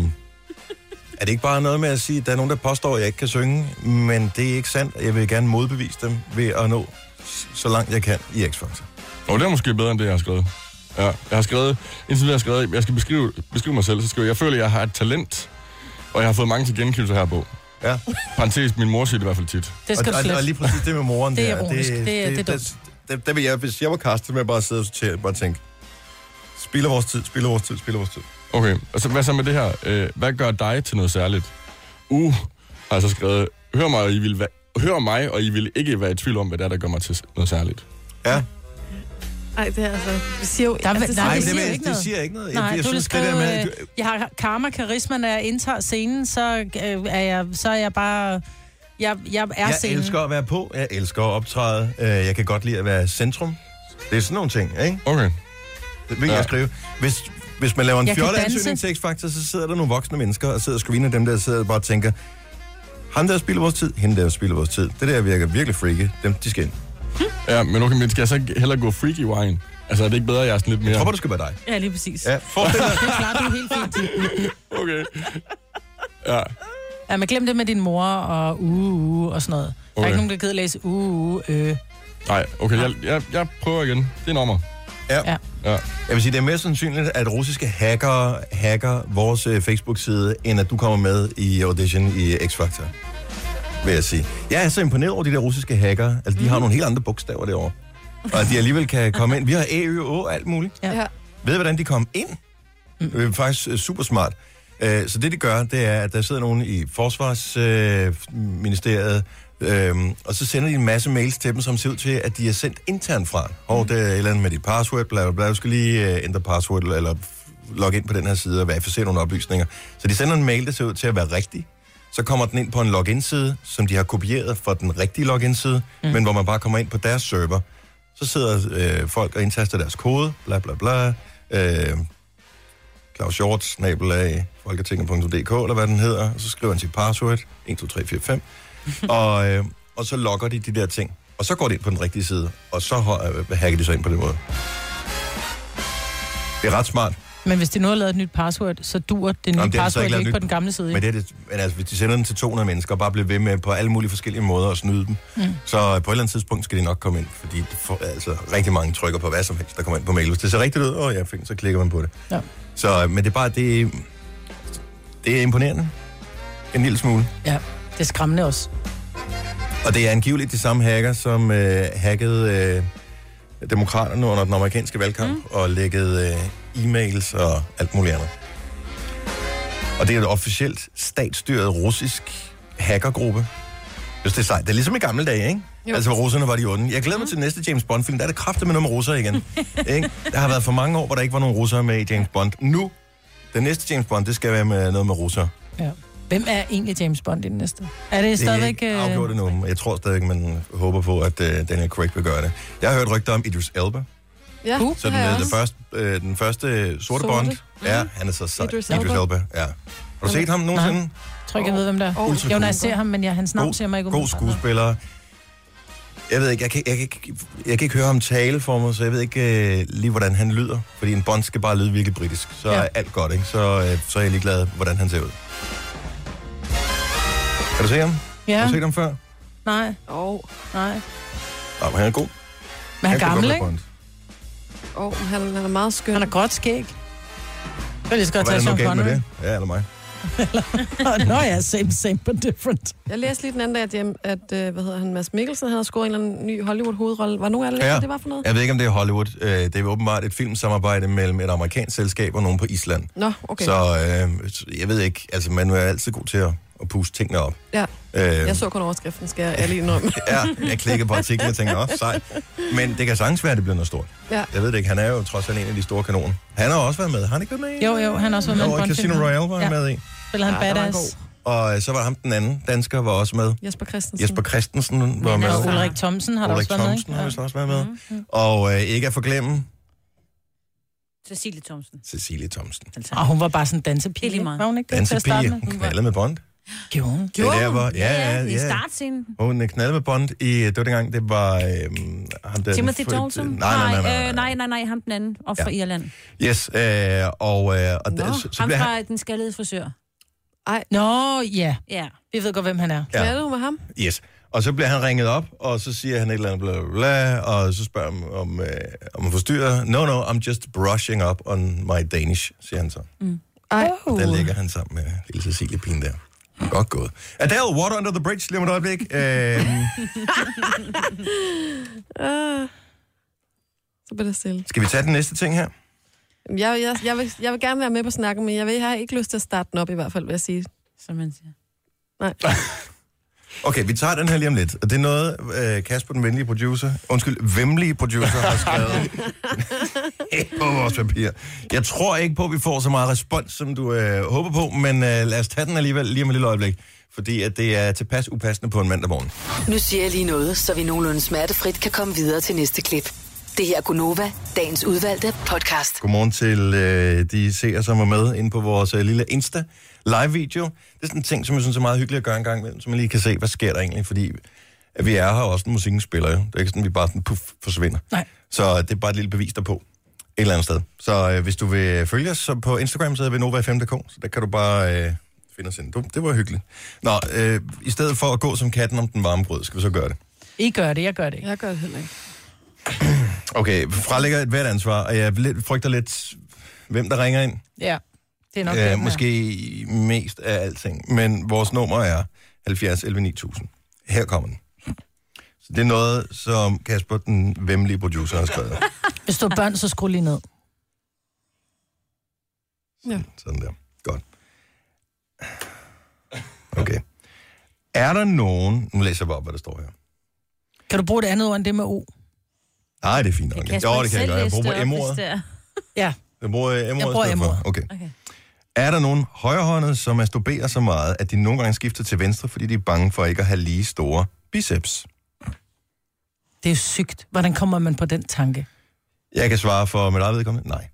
det ikke bare noget med at sige, at der er nogen, der påstår, at jeg ikke kan synge, men det er ikke sandt. Jeg vil gerne modbevise dem ved at nå så langt jeg kan i X-Factor. Og det er måske bedre, end det, jeg har skrevet. Ja, jeg har skrevet, indtil jeg har skrevet, jeg skal beskrive mig selv, så skriver jeg føler, at jeg har et talent, og jeg har fået mange til gengivelser her på. Ja. Parentes, min mor siger det i hvert fald tit. Det skal du slet. Og lige præcis det med moren Det er der. ironisk. Det er dumt. Der vil jeg, hvis jeg var castet med, bare sidde og sortere, bare tænke, spilder vores tid. Okay, altså hvad så med det her? Hvad gør dig til noget særligt? Har jeg så skrevet, hør mig, og I vil ikke være i tvivl om, hvad det er, der gør mig til noget særligt. Ja. Ej, det er altså... Det siger jo... Nej, det siger ikke noget. Nej, jeg du synes, skrev, det der med... jeg har karma, karisma, når jeg indtager scenen, så er jeg bare... Jeg Jeg scenen. elsker at være på, jeg elsker at optræde, jeg kan godt lide at være centrum. Det er sådan nogle ting, ikke? Okay. Det vil jeg skrive. Hvis man laver en Jeg kan fjollet danse. ansøgning til X-Factor, så sidder der nogle voksne mennesker og sidder og screener dem, der sidder og bare tænker, ham der spiller vores tid, hende der spiller vores tid. Det der virker virkelig freaky. Dem, de skal ind. Ja, men okay, men skal jeg så ikke hellere gå freaky wine? Altså, er det ikke bedre, at jeg er sådan lidt mere... Jeg tror, det skal være dig. Ja, lige præcis. Ja, forestil dig. Det er klart, du er helt fint. Okay. Ja. Ja, men glem det med din mor og og sådan noget. Der er ikke nogen, der gider læse Nej, okay, jeg prøver igen. Det er nummer. Ja. Ja. Ja. Jeg vil sige, det er mere sandsynligt, at russiske hacker vores Facebook-side, end at du kommer med i audition i X-Factor, vil jeg sige. Jeg er så imponeret over de der russiske hacker. Altså, de har nogle helt andre bogstaver derovre. Og at de alligevel kan komme ind. Vi har og alt muligt. Ja. Ved I, hvordan de kom ind? Det er faktisk super smart. Så det, de gør, det er, at der sidder nogen i Forsvarsministeriet, og så sender de en masse mails til dem, som ser ud til, at de er sendt internt fra. Og det er et eller andet med dit password, bla bla bla. Du skal lige ændre password, eller logge ind på den her side og verificere nogle oplysninger. Så de sender en mail, der ser ud til at være rigtig. Så kommer den ind på en login-side, som de har kopieret fra den rigtige login-side, men hvor man bare kommer ind på deres server. Så sidder folk og indtaster deres kode, bla bla bla. Claus Hjort, / folketinget.dk, eller hvad den hedder, og så skriver han sit password, 1, 2, 3, 4, 5, og så logger de der ting, og så går de ind på den rigtige side, og så hacker de sig ind på den måde. Det er ret smart. Men hvis de nu har lavet et nyt password, så duer det nye password ikke på den gamle side. Men altså, hvis de sender den til 200 mennesker, og bare bliver ved med på alle mulige forskellige måder at snyde dem, så på et eller andet tidspunkt skal de nok komme ind, fordi rigtig mange trykker på hvad som helst, der kommer ind på mail. Hvis det ser rigtigt ud, så klikker man på det. Ja. Så, men det er bare, det er imponerende. En lille smule. Ja, det er skræmmende også. Og det er angiveligt de samme hacker, som hackede demokraterne under den amerikanske valgkamp, og lækkede e-mails og alt muligt andet. Og det er et officielt statsstyret russisk hackergruppe. Hvis det er sejt. Det er ligesom i gamle dage, ikke? Jo. Altså, hvor russerne var de onde. Jeg glæder mig til den næste James Bond-film. Der er det kraftigt med noget med russer igen. Ikke? Der har været for mange år, hvor der ikke var nogen russere med i James Bond. Nu, den næste James Bond, det skal være med noget med russere. Ja. Hvem er egentlig James Bond i den næste? Er det stadigvæk... Det er ikke afgjort endnu. Jeg tror stadigvæk, man håber på, at Daniel Craig vil gøre det. Jeg har hørt rygter om Idris Elba. Ja, Så den første sorte Bond. Ja, han er så sej. Idris Elba. Ja. Har du set ham nogensinde? Jeg tror ikke, jeg ved, hvem der er. Jo, når jeg ser ham, men hans navn siger mig ikke. God skuespiller. Jeg ved ikke, jeg kan ikke høre ham tale for mig, så jeg ved ikke lige, hvordan han lyder. Fordi en Bond skal bare lyde virkelig britisk. Så er alt godt, ikke? Så er jeg ligeglad, hvordan han ser ud. Kan du se ham? Ja. Har du set ham før? Nej. Nej. Ja, han er god. Men han er gammel, ikke? Han er meget skøn. Han har gråt skæg. Jeg vil lige så godt tage Sean Connery. Hvad er det? Ja, eller mig. Nå ja, same but different. Jeg læste lige den anden dag, at Mads Mikkelsen havde scoret en eller anden ny Hollywood-hovedrolle. Var nogen af jer, det var for noget? Jeg ved ikke, om det er Hollywood. Det er åbenbart et filmsamarbejde mellem et amerikansk selskab og nogen på Island. Nå, okay. Så jeg ved ikke, altså man er altid god til at puste tingene op. Ja, jeg så kun overskriften, skal jeg lige indrømme. Ja, jeg klikkede på artiklen og tænkte, sejt. Men det kan sagtens være, at det bliver noget stort. Ja. Jeg ved det ikke, han er jo trods alt en af de store kanoner. Han har også været med, har han ikke været med? Jo, han har også været med. Og Casino Royale var han med i. Spiller han badass. Og så var ham den anden dansker, var også med. Jesper Christensen var med. Og Ulrik Thomsen har også været med. Ulrik Thomsen har også været med. Og ikke at forglemme... Cecilie Thomsen. Og hun var bare sådan en dansepige. Var hun ikke det til at starte med? Hun knaldede med Bond. Gjorde hun? Det der var, ja. I startscenen. Hun knaldede med Bond det var dengang, det var... ham der, Timothy Dalton? Nej, ham den anden, og fra Irland. Yes, så ham fra den skaldede frisør. Nå, ja. Vi ved godt, hvem han er. Ja, det var ham. Yes. Og så bliver han ringet op, og så siger han et eller andet bla bla bla, og så spørger han, om han forstyrrer. No, I'm just brushing up on my Danish, siger han så. Og der ligger han sammen med lille Cecilie Pien der. Godt gået. Adele, Water Under the Bridge, lige om et øjeblik. Så bliver det stille. Skal vi tage den næste ting her? Jeg vil gerne være med på snakken, men jeg har ikke lyst til at starte den op i hvert fald, vil jeg sige. Som man siger. Nej. Okay, vi tager den her lige om lidt. Og det er noget, Kasper, den venlige producer, væmmelige producer, har skrevet på vores papir. Jeg tror ikke på, at vi får så meget respons, som du håber på, men lad os tage den alligevel lige om et lille øjeblik. Fordi at det er tilpas upassende på en mandag morgen. Nu siger jeg lige noget, så vi nogenlunde smertefrit kan komme videre til næste klip. Det her er Gunova, dagens udvalgte podcast. Godmorgen til de seere, som var med inde på vores lille Insta live-video. Det er sådan en ting, som jeg synes er meget hyggeligt at gøre en gang imellem, så man lige kan se, hvad sker der egentlig, fordi at vi er her også, den musikken spiller jo. Det er ikke sådan, at vi bare sådan forsvinder. Nej. Så det er bare et lille bevis derpå, et eller andet sted. Så hvis du vil følge os så på Instagram, så er vi Nova5.dk, så der kan du bare finde os ind. Det var hyggeligt. Nå, i stedet for at gå som katten om den varme grød, skal vi så gøre det? I gør det, jeg gør det ikke. Jeg gør det heller ikke. Okay, frelægger et hvert ansvar, og jeg frygter lidt, hvem der ringer ind. Ja, det er nok det. Måske mest af alting. Men vores nummer er 70 11 9000. Her kommer den. Så det er noget, som Kasper, den væmmelige producer, har skrevet. Hvis du er børn, så skru lige ned. Ja. Sådan der. Godt. Okay. Er der nogen... Nu læser jeg bare op, hvad der står her. Kan du bruge det andet ord end det med O? Nej, det er fint nok. Det kan jeg gøre. Jeg bruger M-ordet. Ja. Jeg bruger M-ordet. Okay. Okay. Er der nogen højrehåndede, som masturberer så meget, at de nogle gange skifter til venstre, fordi de er bange for ikke at have lige store biceps? Det er jo sygt. Hvordan kommer man på den tanke? Jeg kan svare for mit eget vedkommende. Nej.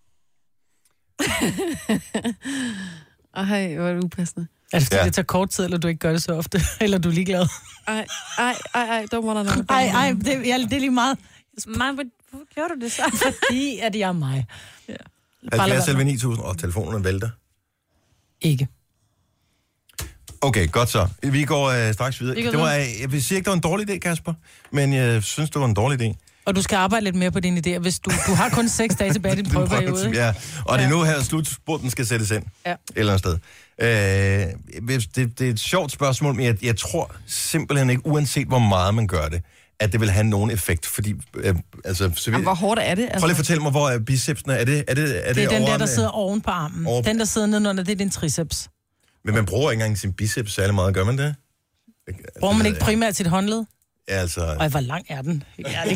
Ej, hvor er det upassende. Er det fordi, det tager kort tid, eller du ikke gør det så ofte? Eller du er ligeglad? Ej, don't wanna know. Ej, det er lige meget. Men hvorfor gjorde du det så? Fordi at jeg er mig. Ja. 70 selv 9000, og telefonerne vælter. Ikke. Okay, godt så. Vi går straks videre. Jeg vil sige ikke, det var en dårlig idé, Kasper, men jeg synes, det var en dårlig idé. Og du skal arbejde lidt mere på dine idéer, hvis du har kun 6 dage tilbage i din prøveperiode. Ja, og det er nu her, slutspurten skal sættes ind. Ja. Et eller andet sted. Det er et sjovt spørgsmål, men jeg tror simpelthen ikke, uanset hvor meget man gør det, at det vil have nogen effekt, fordi... hvor hårdt er det? Altså? Prøv lige at fortælle mig, hvor er bicepsene? Er det den der sidder oven på armen. Den, der sidder nedenunder, det er din triceps. Men man bruger ikke engang sin biceps særlig meget, gør man det? Bruger man ikke primært sit håndled? Ja, altså... Ej, hvor lang er den?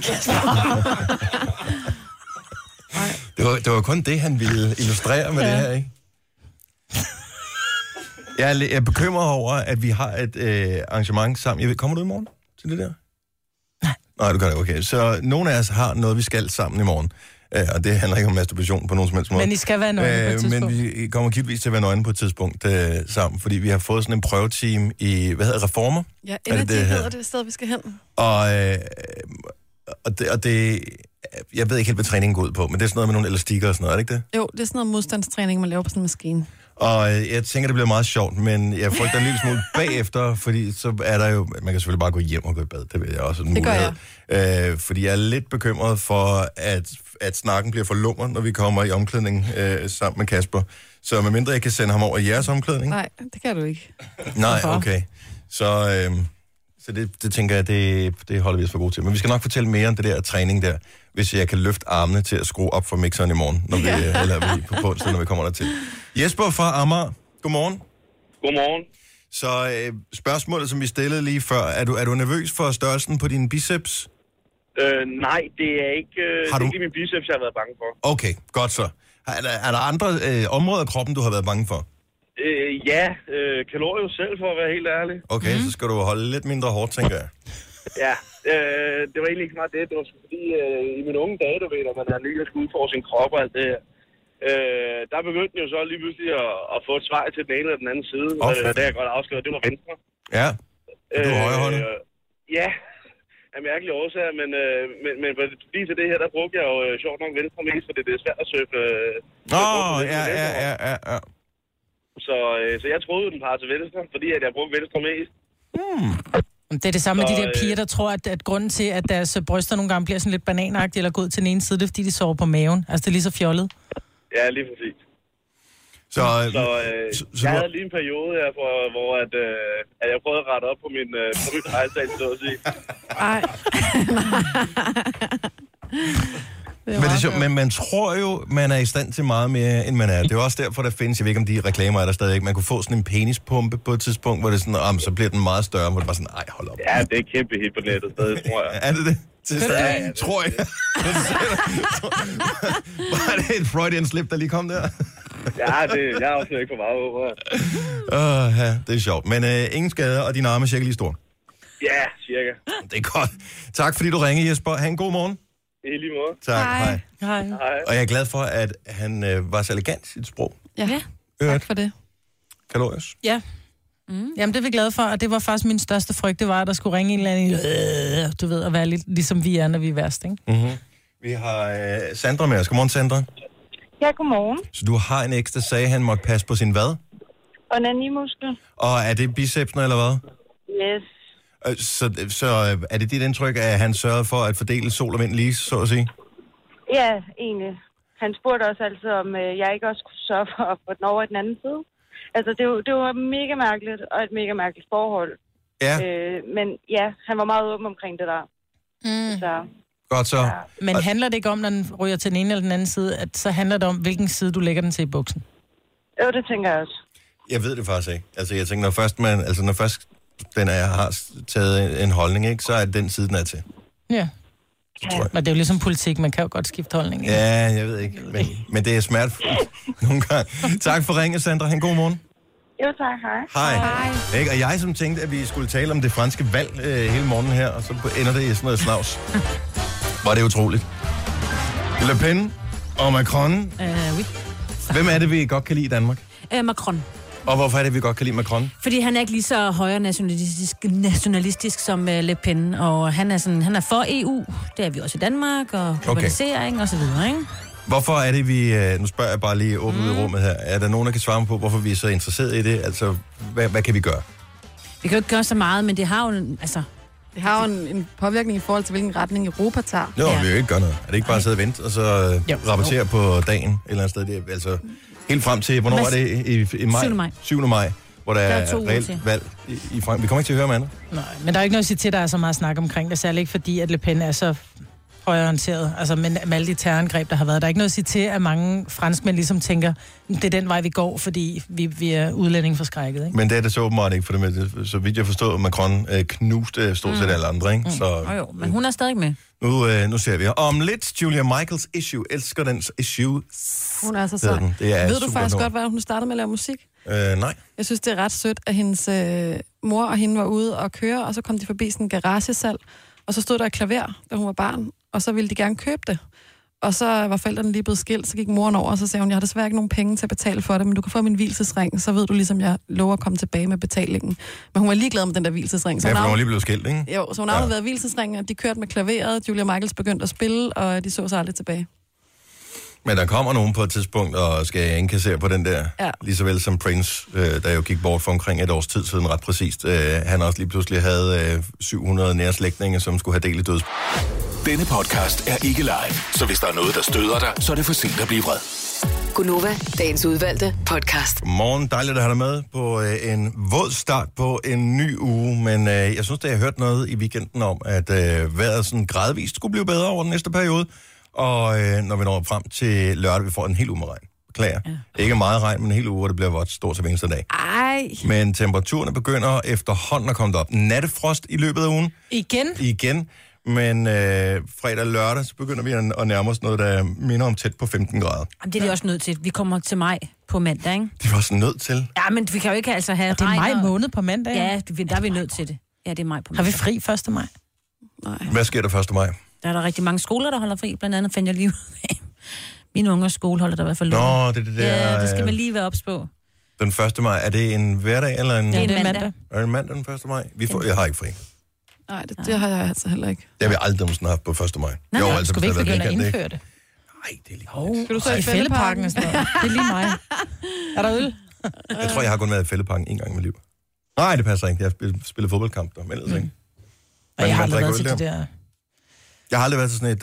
Det var kun det, han ville illustrere med det her, ikke? Jeg er bekymret over, at vi har et arrangement sammen. Kommer du i morgen til det der? Nej. Nej, du kan det, okay. Så nogle af os har noget, vi skal sammen i morgen. Og det handler ikke om masturbation på nogen som helst måde. Men I skal være nøgne på et tidspunkt. Men vi kommer givetvis til at være nøgne på et tidspunkt sammen, fordi vi har fået sådan en prøveteam i, hvad hedder Reformer? Ja, Energy hedder det sted, vi skal hen. Og det, jeg ved ikke helt, hvad træningen går ud på, men det er sådan noget med nogle elastikker og sådan noget, er det ikke det? Jo, det er sådan noget modstandstræning, man laver på sådan en maskine. Og jeg tænker, det bliver meget sjovt, men jeg frygter en lille smule bagefter, fordi så er der jo... Man kan selvfølgelig bare gå hjem og gå i bad, det ved jeg også en mulighed. Jeg. Fordi jeg er lidt bekymret for, at snakken bliver for lummer, når vi kommer i omklædning sammen med Kasper. Så medmindre jeg kan sende ham over i jeres omklædning... Nej, det kan du ikke. Nej, okay. Så det tænker jeg, det holder vi os for gode til. Men vi skal nok fortælle mere om det der træning der, hvis jeg kan løfte armene til at skrue op for mixeren i morgen, når vi, eller vi på onsdag, når vi kommer der til. Jesper fra Amager, godmorgen. Godmorgen. Så spørgsmålet, som vi stillede lige før, er du nervøs for størrelsen på dine biceps? Nej, det er ikke lige min biceps, jeg har været bange for. Okay, godt så. Er der andre områder af kroppen, du har været bange for? Kalorier selv, for at være helt ærlig. Okay, så skal du holde lidt mindre hårdt, tænker jeg. Ja, det var egentlig ikke meget det. Det var fordi, i mine unge dage, du ved, når man er ny og skal udfordre sin krop og alt det her, der begyndte den jo så lige pludselig at få et svar til den ene eller den anden side. Det jeg godt afskrevet, det var venstre. Ja, du er højrehåndet. Ja, af mærkelige årsager, men lige til det her, der brugte jeg jo sjovt nok venstre mest, fordi det er svært at søge. Ja. Så jeg troede, den par til venstre, fordi at jeg brugte venstre mest. Det er det samme med de der piger, der tror, at grunden til, at deres bryster nogle gange bliver sådan lidt bananagtige eller gået til den ene side, det er, fordi de sover på maven. Altså, det er lige så fjollet. Ja, lige præcis. Så jeg havde lige en periode her, hvor jeg prøvede at rette op på min fejltag, så at sige. Nej. Men man tror jo, man er i stand til meget mere, end man er. Det er jo også derfor, der findes, jeg ved ikke, om de reklamer er der stadig. Man kunne få sådan en penispumpe på et tidspunkt, hvor det er sådan, så bliver den meget større, hvor det bare sådan, hold op. Ja, det er kæmpe hit på nettet stadig, tror jeg. Er det det? Tror jeg. Var det et Freudian slip, der lige kom der? Ja, jeg er også ikke for meget over. Ja, det er sjovt. Men ingen skader, og dine arme er cirka lige store. Ja, cirka. Det er godt. Tak fordi du ringede, Jesper. Ha' en god morgen. I lige måde. Tak, hej. Og jeg er glad for, at han var så elegant i sit sprog. Ja, tak for det. Kalorius. Ja. Jamen, det er vi glade for, og det var faktisk min største frygt, det var, at der skulle ringe en eller anden, du ved, at være lidt ligesom vi er, når vi er værst, ikke? Mm-hmm. Vi har Sandra med os. Godmorgen, Sandra. Ja, godmorgen. Så du har en ekstra sag, han måtte passe på sin hvad? Onanimuskel. Og er det bicepsen, eller hvad? Yes. Så er det dit indtryk, at han sørgede for at fordele sol og vind lige, så at sige? Ja, egentlig. Han spurgte også altså, om jeg ikke også kunne sørge for at få den over i den anden side. Altså, det var mega mærkeligt, og et mega mærkeligt forhold. Ja. Men ja, han var meget åben omkring det der. Så. Godt så. Ja. Men handler det ikke om, når den ryger til den ene eller den anden side, at så handler det om, hvilken side du lægger den til i buksen? Jo, det tænker jeg også. Jeg ved det faktisk ikke. Altså, jeg tænker, når først den har taget en holdning, ikke, så er det den side, den er til. Ja. Men det er jo ligesom politik, man kan jo godt skifte holdning. Ikke? Ja, jeg ved ikke. Men det er smertefuldt nogle gange. Tak for ringet, Sandra. Ha' en god morgen. Jo, tak. Hej. Ikke? Og jeg som tænkte, at vi skulle tale om det franske valg hele morgenen her, og så ender det i sådan noget snavs. Var det utroligt. Le Pen og Macron. Oui. Hvem er det, vi godt kan lide i Danmark? Macron. Og hvorfor er det, vi godt kan lide Macron? Fordi han er ikke lige så højre nationalistisk som Le Pen, og han er for EU, det er vi også i Danmark, og globalisering og så videre, ikke? Hvorfor er det, nu spørger jeg bare lige åbent ud i rummet her, er der nogen, der kan svare på, hvorfor vi er så interesserede i det? Altså, hvad kan vi gøre? Vi kan jo ikke gøre så meget, men det har jo Det har jo en påvirkning i forhold til, hvilken retning Europa tager. Jo, vi vil jo ikke gøre noget. Er det ikke bare at sidde og vente, og så rapportere på dagen et eller andet sted? Det er, altså, helt frem til, hvornår er det? I maj? 7. maj, hvor der er reelt valg i frem. Vi kommer ikke til at høre om andet. Nej, men der er ikke noget at sige til, at der er så meget snak omkring det, særligt ikke fordi, at Le Pen er så højreorienteret, altså med alle de terrorangreb, der har været. Der er ikke noget at sige til, at mange franskmænd ligesom tænker, det er den vej, vi går, fordi vi er udlændingeforskrækket, ikke? Men det er det så åbenbart ikke, for det, så vidt jeg forstår, Macron knuste stort set alle andre, ikke? Så, jo, men hun er stadig med. Nu ser vi her. Om lidt, Julia Michaels Issue. Elsker dens Issue. Hun er så sej. Ved du faktisk godt, hvad hun startede med at lave musik? Nej. Jeg synes, det er ret sødt, at hendes mor og hende var ude og køre, og så kom de forbi sådan en garagesal, og så stod der et klaver, da hun var barn, og så ville de gerne købe det. Og så var forældrene lige blevet skilt, så gik moren over, og så sagde hun, jeg har desværre ikke nogen penge til at betale for det, men du kan få min vielsesring, så ved du ligesom, jeg lover at komme tilbage med betalingen. Men hun var ligeglad med den der vielsesring. Ja, for hun var lige blevet skilt, ikke? Jo, så hun afleverede vielsesringen, og de kørte med klaveret, Julia Michaels begyndte at spille, og de så sig aldrig tilbage. Men der kommer nogen på et tidspunkt, og skal indkassere på den der, lige så vel som Prince, der jo gik bort for omkring et års tid siden ret præcist. Han også lige pludselig havde 700 nære slægtninge, som skulle have del i døds. Denne podcast er ikke live, så hvis der er noget, der støder dig, så er det for sent at blive vred. Gunova, dagens udvalgte podcast. Godmorgen, dejligt at have dig med på en våd start på en ny uge, men jeg synes, at jeg har hørt noget i weekenden om, at vejret sådan gradvist skulle blive bedre over den næste periode. Og når vi når frem til lørdag, vi får en hel uge med regn. Beklager. Ja. Ikke meget regn, men en hel uge, og det bliver vådt stort til hver eneste dag. Ej. Men temperaturerne begynder efterhånden at komme op. Nattefrost i løbet af ugen. Igen. Men fredag og lørdag, så begynder vi at nærme os noget, der minder om tæt på 15 grader. Jamen, det er de også nødt til. Vi kommer til maj på mandag, ikke? Det er også nødt til. Ja, men vi kan jo ikke altså have det er maj måned på mandag. Ja, der er vi nødt til det. Ja, det er maj på mandag. Har vi fri 1. maj? Nej. Hvad sker der 1. maj? Der er der rigtig mange skoler, der holder fri. Blandt andet fandt jeg lige ud af. Mine ungers skole holder der i hvert fald. Nå, det der... Ja, det skal man lige være ops på. Den 1. maj, er det en hverdag eller en... Ja, det er mandag. Er det mandag den 1. maj? Jeg har ikke fri. Nej, det har jeg altså heller ikke. Det har vi aldrig nogensinde haft på 1. maj. Nej, altså, skulle vi ikke begynde at indføre det? Nej, det er lige Skal du så i Fælleparken? Det er lige mig. Er der øl? Jeg tror, jeg har kun været i Fælleparken en gang i mit liv. Nej, det passer ikke. Jeg har spillet fodboldkamp der, men ellers ikke. Og jeg har aldrig været til det der... Jeg har aldrig været til sådan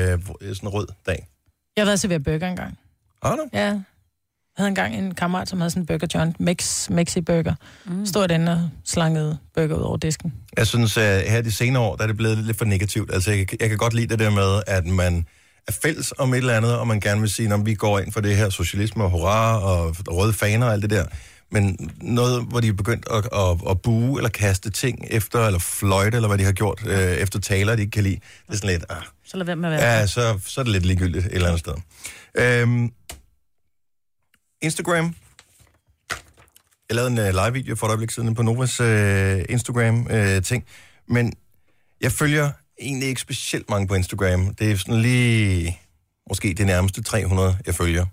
en rød dag. Jeg har været til ved burger engang. Har du? Ja. Jeg havde engang en kammerat, som havde sådan en burger joint, Mexi Burger. Stod den og slangede burger ud over disken. Jeg synes, her de senere år, der er det blevet lidt for negativt. Altså, jeg kan godt lide det der med, at man er fælles om et eller andet, og man gerne vil sige, når vi går ind for det her socialisme og hurra og røde faner og alt det der. Men noget, hvor de er begyndt at buge eller kaste ting efter, eller fløjte, eller hvad de har gjort efter taler, de ikke kan lide. Det er sådan lidt... Så lad være med at være. Ja, så er det lidt ligegyldigt et eller andet sted. Instagram. Jeg lavede en live-video for et øjeblik siden på Novas Instagram-ting. Men jeg følger egentlig ikke specielt mange på Instagram. Det er sådan lige... Måske det nærmeste 300, jeg følger.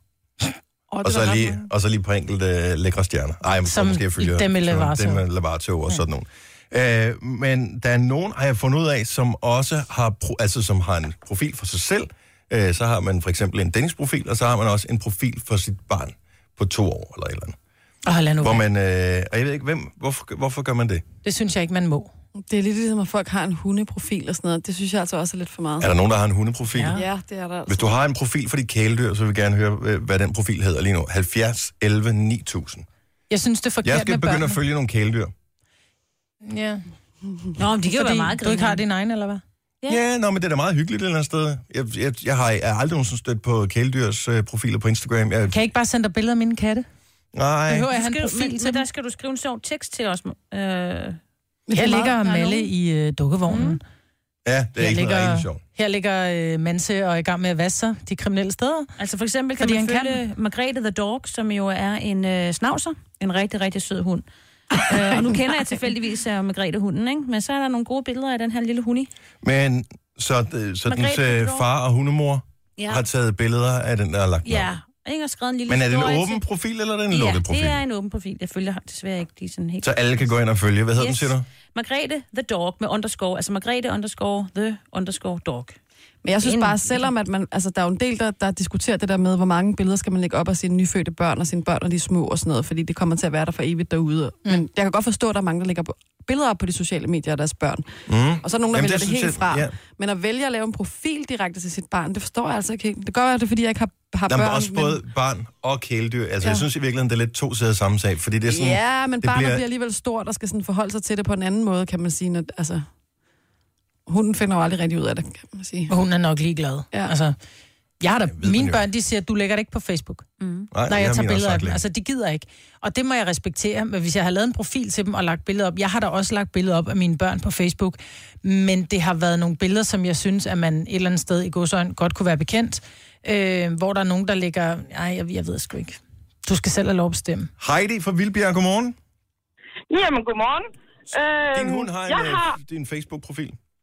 Og så lige på enkelte lækre stjerner. Ej, som måske jeg følger Demi Lovato og sådan nogle. Men der er nogen, har jeg fundet ud af, som også har, som har en profil for sig selv. Så har man for eksempel en Dennis-profil, og så har man også en profil for sit barn på 2 år eller et eller andet. Hvor man, og jeg ved ikke, hvorfor gør man det? Det synes jeg ikke, man må. Det er lidt ligesom, at folk har en hundeprofil og sådan noget. Det synes jeg altså også er lidt for meget. Er der nogen, der har en hundeprofil? Ja, det er der altså. Hvis du har en profil for dit kæledyr, så vil jeg gerne høre, hvad den profil hedder lige nu. 70 11 9000. Jeg synes, det er forkert. Jeg skal begynde at følge nogle kæledyr. Ja. Nå, men de kan jo være meget grine. Du ikke har din egen, eller hvad? Ja, men det er da meget hyggeligt et eller andet sted. Jeg har aldrig nogensinde stødt på kæledyrs profiler på Instagram. Kan jeg ikke bare sende dig billeder af mine katte? Nej. Behøver jeg have en profil til der skal du skrive en sjov tekst til os. Jeg ligger og Malle i dukkevognen. Ja, det er ikke noget rigtig sjovt. Her ligger Manse og er i gang med at vaske sig de kriminelle steder. Altså for eksempel kan man følge Margrethe the Dog, som jo er en snavser. En rigtig, rigtig sød hund. Og nu kender jeg tilfældigvis Margrethe hunden, ikke? Men så er der nogle gode billeder af den her lille hundi. Men så dens far og hundemor har taget billeder af den, der er lagt op. Ja, ikke har skrevet en lille. Men er det en åben profil, eller er det en lukket profil? Ja, det er en åben profil. Jeg følger desværre ikke de sådan helt... Så alle kan gå ind og følge. Hvad hedder den, siger du? Margrethe the Dog med underscore. Altså Margrethe _ dog. Men jeg synes bare, selvom at man, altså der er jo en del, der diskuterer det der med, hvor mange billeder skal man lægge op af sine nyfødte børn og sine børn, når de er små og sådan noget, fordi det kommer til at være der for evigt derude. Men jeg kan godt forstå, at der er mange, der lægger billeder op på de sociale medier af deres børn. Og så er nogen, der vælger det helt fra. Ja. Men at vælge at lave en profil direkte til sit barn, det forstår jeg altså ikke helt. Det gør jeg det, fordi jeg ikke har børn. Der er også både barn og kæledyr. Altså jeg synes i virkeligheden, det er lidt 2 sider samme sag, fordi det er sådan... Ja, men barnet bliver alligevel stort og skal sådan forholde sig til det på en anden måde, kan man sige. Når, altså... Hunden finder jo aldrig rigtig ud af det, kan man sige. Og hun er nok ligeglad. Ja. Altså, mine børn, de siger, du lægger det ikke på Facebook. Nej, når jeg tager billeder af dem. Altså, de gider ikke. Og det må jeg respektere. Men hvis jeg har lavet en profil til dem og lagt billeder op, jeg har da også lagt billeder op af mine børn på Facebook, men det har været nogle billeder, som jeg synes, at man et eller andet sted i godsøjne godt kunne være bekendt, hvor der er nogen, der ligger... jeg ved sgu ikke. Du skal selv have lov at bestemme. Heidi fra Vildbjerg, godmorgen. Jamen, godmorgen. Din hund har din Facebook-profil.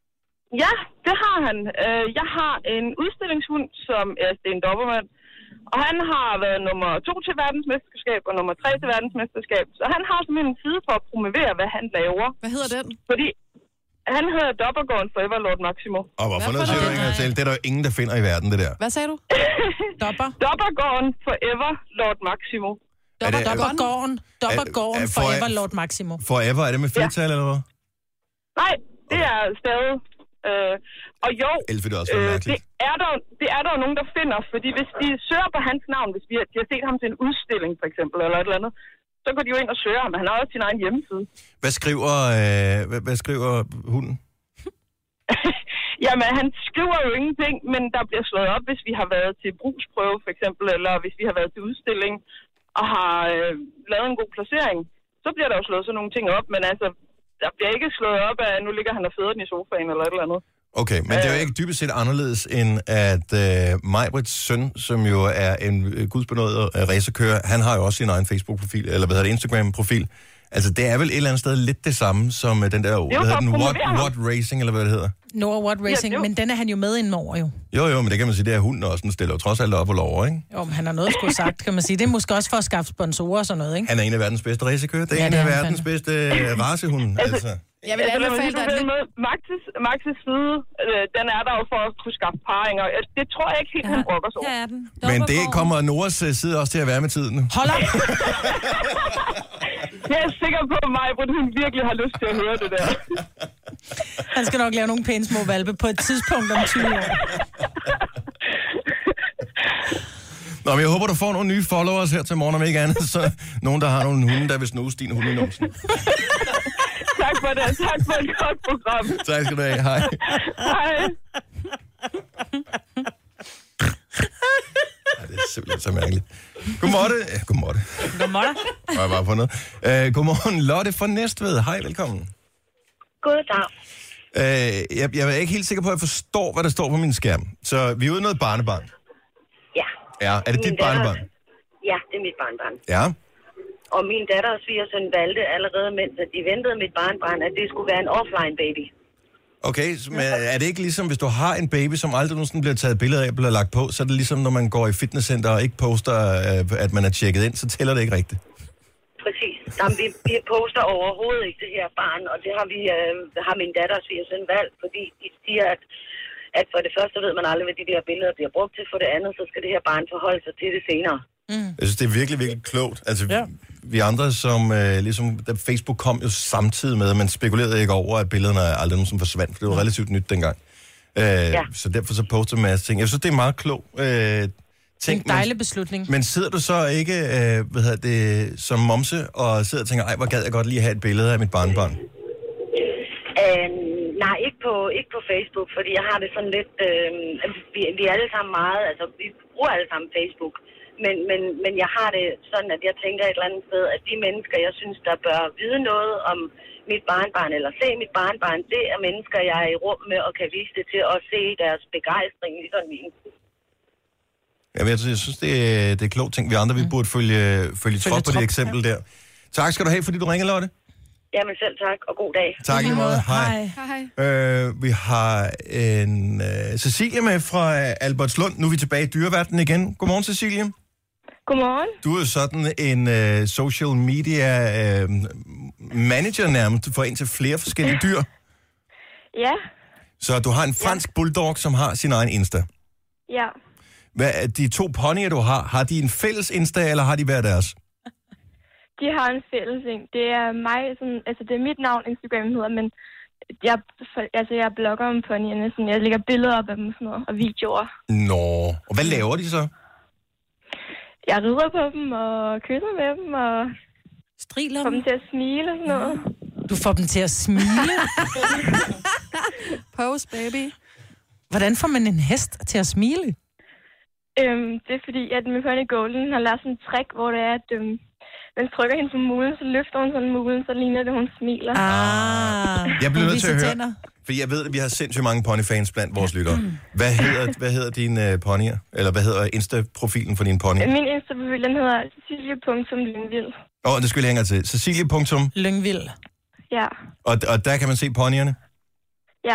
Ja, det har han. Jeg har en udstillingshund, som er Sten Dobermann. Og han har været nummer 2 til verdensmesterskab og nummer 3 til verdensmesterskab. Så han har simpelthen en side for at promovere, hvad han laver. Hvad hedder den? Fordi han hedder Doppergården Forever Lord Maximo. Og hvorfor noget siger du ikke til? Det er der jo ingen, der finder i verden, det der. Hvad sagde du? Doppergården Forever Lord Maximo. Doppergården Forever Lord Maximo. Forever, er det med flertal, eller hvad? Nej, det er stadig... og jo, det er der jo nogen, der finder, fordi hvis de søger på hans navn, hvis de har set ham til en udstilling, for eksempel, eller et eller andet, så går de jo ind og søger ham. Han har også sin egen hjemmeside. Hvad skriver hunden? Jamen, han skriver jo ingenting, men der bliver slået op, hvis vi har været til brugsprøve, for eksempel, eller hvis vi har været til udstilling, og har lavet en god placering, så bliver der jo slået sådan nogle ting op, men altså, der bliver ikke slået op af, nu ligger han og føder den i sofaen, eller et eller andet. Okay, men det er jo ikke dybest set anderledes, end at Majbrits søn, som jo er en gudsbenådet racerkører, han har jo også sin egen Facebook-profil, eller Instagram-profil. Altså, det er vel et eller andet sted lidt det samme som den der, hvad hedder den, What Racing, eller hvad det hedder? What Racing, men den er han jo med indover jo. Jo, men det kan man sige, det er hunden også, den stiller jo trods alt op og lover, ikke? Jo, men han har noget sgu sagt, kan man sige. Det er måske også for at skaffe sponsorer og sådan noget, ikke? Han er en af verdens bedste racerkører. Det er en af verdens bedste racehunde, altså. Jeg vil anbefale dig lidt... Max's side, den er der jo for at kunne skaffe paringer. Det tror jeg ikke helt, han brokker sig over. Ja, den. Men det kommer Noras side også til at være med tiden. Hold op! Jeg er sikker på, at Majbrit, hun virkelig har lyst til at høre det der. Han skal nok lave nogle pæne små valpe på et tidspunkt om 20 år. Nå, men jeg håber, du får nogle nye followers her til morgen, om ikke andet. Så nogen, der har nogle hunde, der vil snuse din hunde i numsen. Tak for det. Tak for et godt program. Tak skal du have. Hej. Hej. Det er simpelthen så mærkeligt. Godmorgen. Godmorgen. Jeg var bare på noget. Godmorgen, Lotte fra Næstved. Hej, velkommen. Goddag. Jeg er ikke helt sikker på, at jeg forstår, hvad der står på min skærm. Så vi er ude i noget barnebarn. Ja. Ja, er det dit barnebarn? Ja, det er mit barnebarn. Ja. Og min datter og svigersøn valgte allerede, mens de ventede mit barnebarn, at det skulle være en offline baby. Okay, men er det ikke ligesom, hvis du har en baby, som aldrig nogensinde bliver taget billeder af og bliver lagt på, så er det ligesom, når man går i fitnesscenter og ikke poster, at man er tjekket ind, så tæller det ikke rigtigt? Præcis. Jamen, vi poster overhovedet ikke det her barn, og det har min datter og svigersøn valgt, fordi de siger, at for det første ved man aldrig, hvad de der billeder bliver brugt til, for det andet, så skal det her barn forholde sig til det senere. Jeg synes, det er virkelig, virkelig klogt. Altså, vi andre, som ligesom, da Facebook kom jo samtidig med, man spekulerede ikke over, at billederne aldrig nogensinde forsvandt, for det var relativt nyt dengang. Så derfor så postede en masse ting. Jeg synes, det er meget klog ting. En dejlig beslutning. Men sidder du så ikke, som momse, og sidder og tænker, ej, hvor gad jeg godt lige have et billede af mit barnebarn? Nej, ikke på Facebook, fordi jeg har det sådan lidt... vi er alle sammen meget... Altså, vi bruger alle sammen Facebook. Men jeg har det sådan, at jeg tænker et eller andet sted, at de mennesker, jeg synes, der bør vide noget om mit barnebarn, eller se mit barnebarn, det er mennesker, jeg er i rum med og kan vise det til, og se deres begejstring, ligesom min. Jeg synes, det er klogt ting. Vi andre, vi burde følge trop på det eksempel der. Tak skal du have, fordi du ringer, Lotte. Jamen selv tak, og god dag. Tak i måde. Hej. Vi har en Cecilie med fra Albertslund. Nu er vi tilbage i dyreverdenen igen. Godmorgen, Cecilie. Godmorgen. Du er sådan en social media manager nærmest for indtil flere forskellige dyr. Ja. Så du har en fransk bulldog, som har sin egen Insta. Ja. De 2 ponyer, du har de en fælles Insta, eller har de hver deres? De har en fælles ting. Det er mig, sådan, altså det er mit navn, Instagram hedder, men jeg blogger om ponyerne, sådan, jeg lægger billeder op af dem sådan noget, og videoer. Nå, og hvad laver de så? Jeg rider på dem, og kysser med dem, og striler får dem til at smile og sådan noget. Du får dem til at smile? Pose, baby. Hvordan får man en hest til at smile? Det er fordi, at min pony Golden har lavet sådan en trick, hvor det er, at man trykker hende på mulen, så løfter hun sådan mulen, så ligner det, hun smiler. Jeg bliver nødt til at høre, for jeg ved, at vi har sindssygt mange ponyfans blandt vores lyttere. Hvad hedder dine ponyer? Eller hvad hedder Insta-profilen for dine ponyer? Min Insta-profil, den hedder Cecilie.Lyngvild. Det skulle jeg længere til. Cecilie.Lyngvild. Ja. Og der kan man se ponyerne? Ja.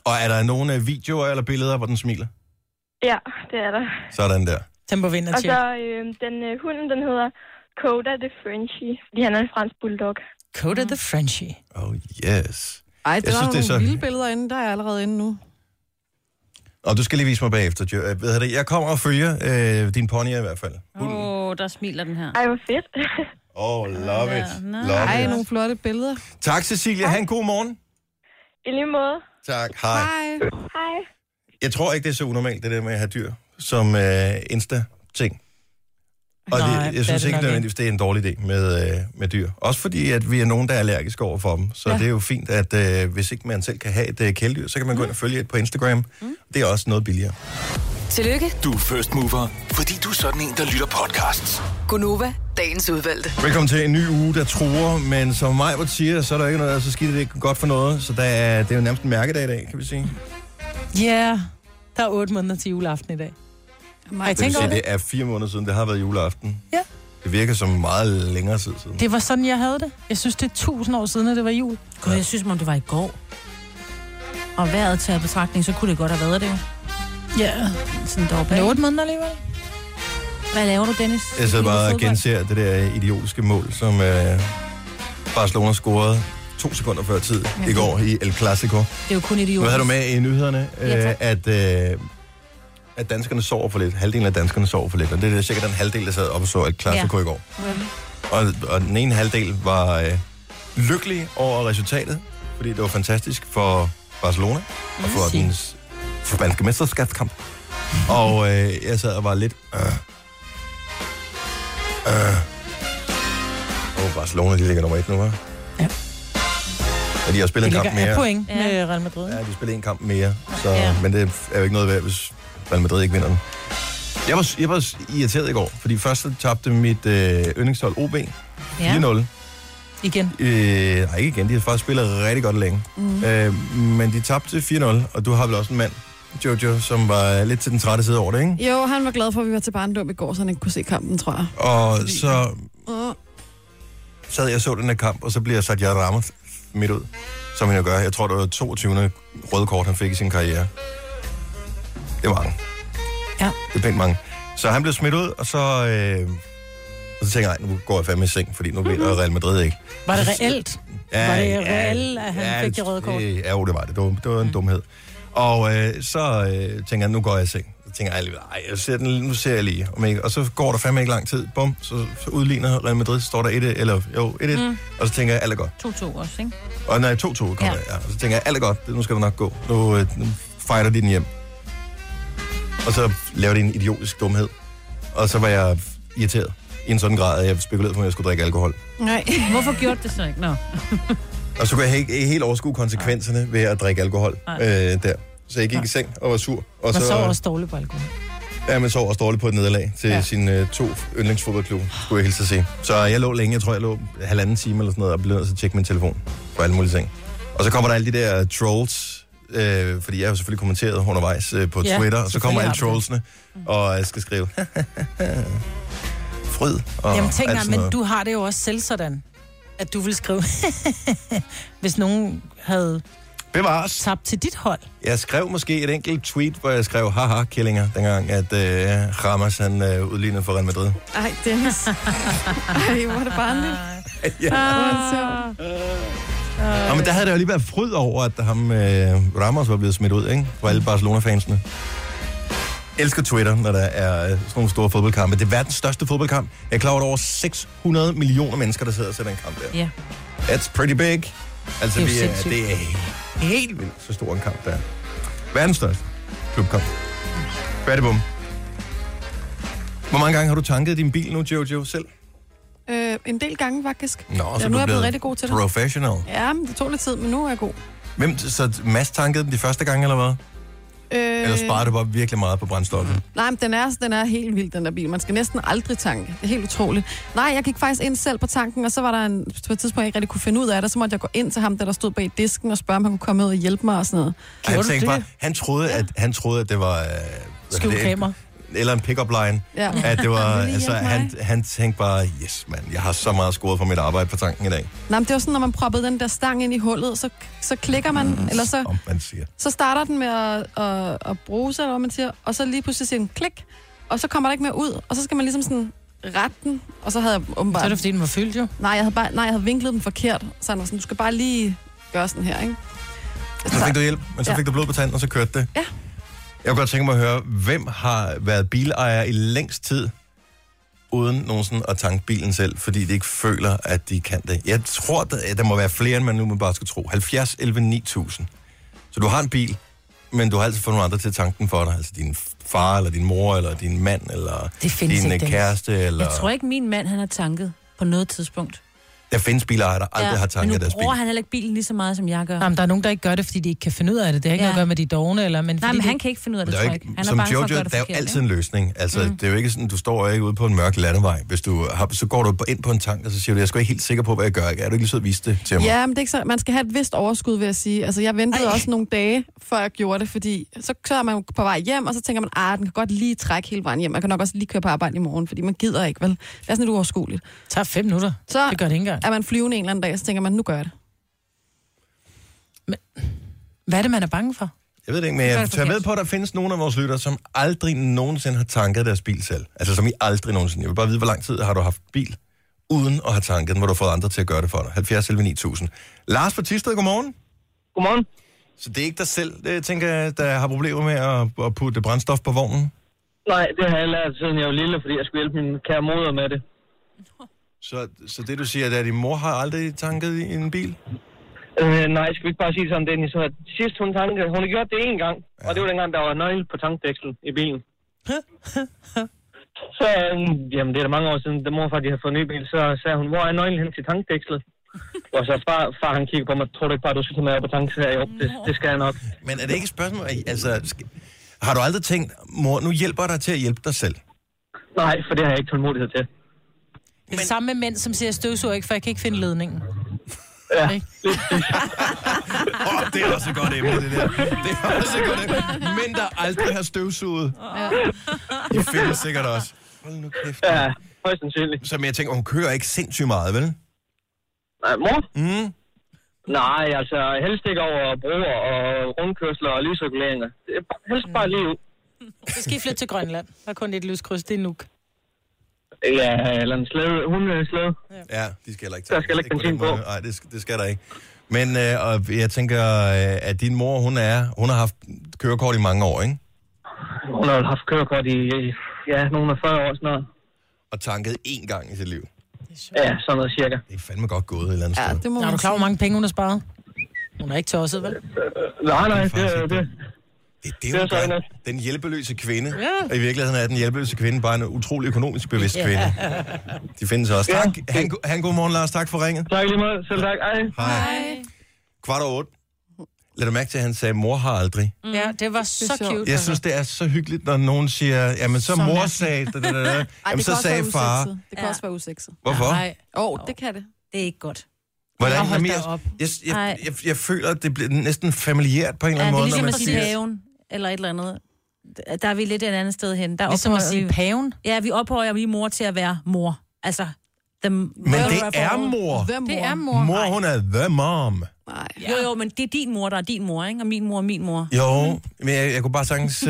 Og er der nogle videoer eller billeder, hvor den smiler? Ja, det er der. Sådan der. Tempo vinder Og så hunden, den hedder Coda the Frenchie, fordi han er en fransk bulldog. Coda the Frenchie. Oh, yes. Ej, der er nogle så vilde billeder inde. Der er jeg allerede inde nu. Og du skal lige vise mig bagefter, Jo. Jeg kommer og følger din pony i hvert fald. Der smiler den her. Ej, hvor fedt. Love it. Ej, nogle flotte billeder. Tak, Cecilia. Ha' en god morgen. I lige måde. Tak. Hej. Hej. Jeg tror ikke, det er så unormalt, det der med at have dyr som Insta-ting. Og jeg synes ikke nødvendigvis, det er en dårlig idé med dyr. Også fordi, at vi er nogen, der er allergiske over for dem. Så det er jo fint, at hvis ikke man selv kan have et kæledyr, så kan man gå ind og følge et på Instagram. Det er også noget billigere. Tillykke. Du er first mover, fordi du er sådan en, der lytter podcasts. Gunova, dagens udvalgte. Velkommen til en ny uge, der truer, men som Majbert siger, så er der ikke noget, så skidt det ikke godt for noget. Så det er jo nærmest en mærkedag i dag, kan vi sige. Ja, der er 8 måneder til juleaften i dag. Det er 4 måneder siden, det har været juleaften. Ja. Det virker som meget længere tid siden. Det var sådan, jeg havde det. Jeg synes, det er 1000 år siden, at det var jul. Gud, jeg synes, det var i går. Og vejret til betragtning, så kunne det godt have været det jo. Ja. Sådan dog 8 måneder alligevel. Hvad laver du, Dennis? Jeg sidder bare og genser det der idiotiske mål, som Barcelona scorede 2 sekunder før tid i går i El Clasico. Det er jo kun idiotisk. Nu havde du med i nyhederne, at danskerne sover for lidt. Halvdelen af danskerne sover for lidt. Og det er sikkert den halvdel, der sad op og så El Clasico i går. Og den ene halvdel var lykkelig over resultatet, fordi det var fantastisk for Barcelona og for den spanske mesterskabskamp. Og jeg sad og var lidt... Barcelona, de ligger nummer 1 nu, hva'? Ja. Og de har spillet en kamp mere. Point med Real Madrid. Ja, de spiller en kamp mere. Så, men det er jo ikke noget værd, hvis Real Madrid ikke vinder den. Jeg var irriteret i går, fordi først så tabte mit yndlingshold OB 4-0. Igen? Nej, ikke igen. De har faktisk spillet rigtig godt længe. Men de tabte 4-0, og du har vel også en mand, Jojo, som var lidt til den trætte side over det, ikke? Jo, han var glad for, at vi var til barndom i går, så han ikke kunne se kampen, tror jeg. Og så sad jeg og så den her kamp, og så bliver Sergio Ramos midt ud, som han jo gør. Jeg tror, det var 22. røde kort, han fik i sin karriere. Det var mange. Ja. Det er pænt mange. Så han blev smidt ud, og så tænker jeg, nu går jeg fandme i seng, fordi nu vinder Real Madrid ikke. Var det reelt? Ja, var det reelt, at han fik det røde kort? Ja, det var det. Det var en dumhed. Og så tænker jeg, nu går jeg i seng. Så tænker jeg, nu ser jeg lige. Og så går der fandme ikke lang tid. Bum, så udligner Real Madrid, så står der 1-1. Og så tænker jeg, alt er godt. 2-2 også, ikke? Og nej, 2-2 kommer der. Ja. Og så tænker jeg, alt er godt. Nu skal det nok gå. Nu fighter de den hjem. Og så laver de en idiotisk dumhed. Og så var jeg irriteret i en sådan grad, at jeg spekulerede på, at jeg skulle drikke alkohol. Nej, hvorfor gjorde det så ikke? Nå. Og så kunne jeg ikke helt overskue konsekvenserne ved at drikke alkohol der. Så jeg gik i seng og var sur. Og man sover også dårligt på alkohol. Ja, man sover også dårligt på et nederlag til sin 2 yndlingsfodboldklub, skulle jeg hilse at sige. Så jeg lå længe, jeg tror jeg lå 1,5 time eller sådan noget, og blev nødt til at tjekke min telefon for alle mulige ting. Og så kommer der alle de der trolls, fordi jeg har jo selvfølgelig kommenteret undervejs på Twitter, og så kommer alle trollsene, og jeg skal skrive fryd og jamen tænk dig, men du har det jo også selv sådan, at du vil skrive, hvis nogen havde tabt til dit hold. Jeg skrev måske et enkelt tweet, hvor jeg skrev, haha, kællinger, dengang, at Ramos, han udlignede for Real Madrid. Ej, Dennis. Ej, hvor er det barnligt. Ja, men der havde det jo lige været fryd over, at ham Ramos var blevet smidt ud, ikke? For alle Barcelona-fansene. Jeg elsker Twitter, når der er sådan nogle store fodboldkampe. Det er verdens største fodboldkamp. Jeg er klar over 600 millioner mennesker, der sidder og ser den kamp der. Ja. That's pretty big. Altså, det er helt vildt så stor en kamp, der er. Verdens største klubkamp. Færdigbom. Hvor mange gange har du tanket din bil nu, Jojo, selv? En del gange, faktisk. Nå, så nu er jeg blevet rigtig god til det. Professional. Ja, men det tog lidt tid, men nu er jeg god. Så Mads tankede den de første gange, eller hvad? Eller sparer du bare virkelig meget på brændstoffet? Nej, men den er helt vild, den der bil. Man skal næsten aldrig tanke. Det er helt utroligt. Nej, jeg gik faktisk ind selv på tanken, og så var der på et tidspunkt, jeg ikke rigtig kunne finde ud af det. Så måtte jeg gå ind til ham, der stod bag disken, og spørge, om han kunne komme ud og hjælpe mig og sådan noget. Han troede, at det var... Skjult kamera. eller en pick-up line. Ja. At det var, altså, han tænkte bare, yes mand, jeg har så meget scoret for mit arbejde på tanken i dag. Nej, men det var sådan, når man proppede den der stang ind i hullet, så klikker man, eller så, Som man siger. så starter den med at bruse, eller hvad man siger, og så lige pludselig siger den klik, og så kommer der ikke mere ud, og så skal man ligesom sådan rette den, og så havde jeg åbenbart... Så er det, fordi den var fyldt jo. Nej, jeg havde vinklet den forkert, så han var sådan, du skal bare lige gøre sådan her, ikke? Så fik du hjælp, men så fik du blod på tanden, og så kørte det. Ja. Jeg kunne godt tænke mig at høre, hvem har været bilejer i længst tid, uden nogensinde at tanke bilen selv, fordi de ikke føler, at de kan det. Jeg tror, der må være flere, end man nu bare skal tro. 70, 11, 9000. Så du har en bil, men du har altid fået nogle andre til at tanke den for dig. Altså din far, eller din mor, eller din mand, eller din kæreste. Eller... Jeg tror ikke, min mand han har tanket på noget tidspunkt. Der findes bilejere, der aldrig har tanket deres bil. Men nu bruger han heller ikke bilen lige så meget, som jeg gør. Jamen, der er nogen, der ikke gør det, fordi de ikke kan finde ud af det. Det har ikke noget at gøre med de dogne, eller... Men nej, men han kan ikke finde ud af det, tror jeg ikke. Han som er bange Jojo, for at gøre det der er forkert, jo altid en løsning. Altså, det er jo ikke sådan, du står ikke ude på en mørk landevej. Hvis du har, så går du ind på en tank, og så siger du, jeg er sgu ikke helt sikker på, hvad jeg gør. Er du ikke lige så at vise det til mig? Ja, men det er ikke så... Man skal have et vist overskud, vil jeg sige. Altså, jeg ventede også nogle dage, før jeg gjorde det, fordi så er man på vej hjem, og så tænker man, den kan godt lige trække hele vejen hjem. Man kan nok også lige køre på arbejde i morgen, fordi man gider ikke, vel? Det er sådan lidt uoverskueligt. Det tager 5 minutter. Så det gør det ikke engang. Er man flyvende en eller anden dag, så tænker man, nu gør jeg det. Men, hvad er det, man er bange for? Jeg ved det ikke, men jeg tager med på, at der findes nogle af vores lyttere, som aldrig nogensinde har tanket deres bil selv. Altså som I aldrig nogensinde. Jeg vil bare vide, hvor lang tid har du haft bil, uden at have tanket den, hvor du har fået andre til at gøre det for dig. 70 11 9000. Lars fra Thisted, godmorgen. Godmorgen. Så det er ikke dig selv, det tænker jeg, der har problemer med at putte brændstof på vognen? Nej, det har jeg lært siden jeg var lille, fordi jeg skulle hjælpe min kære moder med det. Så det du siger, at din mor har aldrig tanket i en bil? Nej, skal vi ikke bare sige sådan, Dennis, så sidst hun tankede, hun har gjort det én gang, og det var dengang, der var nøgle på tankdækslen i bilen. Så, jamen det er da mange år siden, da morfar de har fået en ny bil, så sagde hun, hvor er nøglen hen til tankdækslet? Og så far han kigger på mig, tror du ikke bare, du skal tage med op på tanken? Så jo, det skal jeg nok. Men er det ikke et spørgsmål, altså, har du aldrig tænkt, mor, nu hjælper jeg dig til at hjælpe dig selv? Nej, for det har jeg ikke tålmodighed til. Det er samme med mænd, som siger støvsuger ikke, for jeg kan ikke finde ledningen. Ja, det er også et godt emne, det der. Det er også et godt emne. Mænd, der aldrig har støvsuget. De findes sikkert også. Hold nu kæft. Ja, højst sandsynligt. Så jeg tænker, hun kører ikke sindssygt meget, vel? Nej, mor? Nej, altså helst ikke over broer og rundkørsler og lysreguleringer. Det er helst bare lige ud. Så skal I flytte til Grønland. Der er kun et lyskryds, det er Nuuk. Ja, eller en slæde, hundeslæde. Ja, de skal heller ikke tage. Der skal ikke benzin på. Nej, det skal der ikke. Men og jeg tænker, at din mor, hun har haft kørekort i mange år, ikke? Hun har haft kørekort i, nogle af 40 år snart. Og tanket én gang i sit liv. Ja, sådan noget cirka. Det er fandme godt gået et eller andet sted. Det må du klar, hvor mange penge hun har sparet? Hun er ikke tosset, vel? Nej, det Det er jo den hjælpeløse kvinde. Ja. Og i virkeligheden er den hjælpeløse kvinde bare en utrolig økonomisk bevidst kvinde. De findes også. Tak. Han god morgen, Lars. Tak for ringet. Tak lige meget. Selv tak. Hej. 7:15. Lad du mærke til, at han sagde, mor har aldrig. Ja, det var så cute. Jeg synes, det er så hyggeligt, når nogen siger, jamen så mor sagde, jamen så sagde far. Det kan også være usekset. Hvorfor? Det kan det. Det er ikke godt. Hvordan? Jeg føler, at det bliver næsten familiært på en eller anden måde. Det er ligesom at sige paven, eller et eller andet. Der er vi lidt et andet sted hen. Der ligesom at sige paven? Ja, vi ophøjer vi mor til at være mor. Altså, men det er mor. Det er mor. Mor, hun er the mom. Nej. Jo, men det er din mor, der er din mor, ikke? Og min mor er min mor. Jo, men jeg kunne bare sagtens...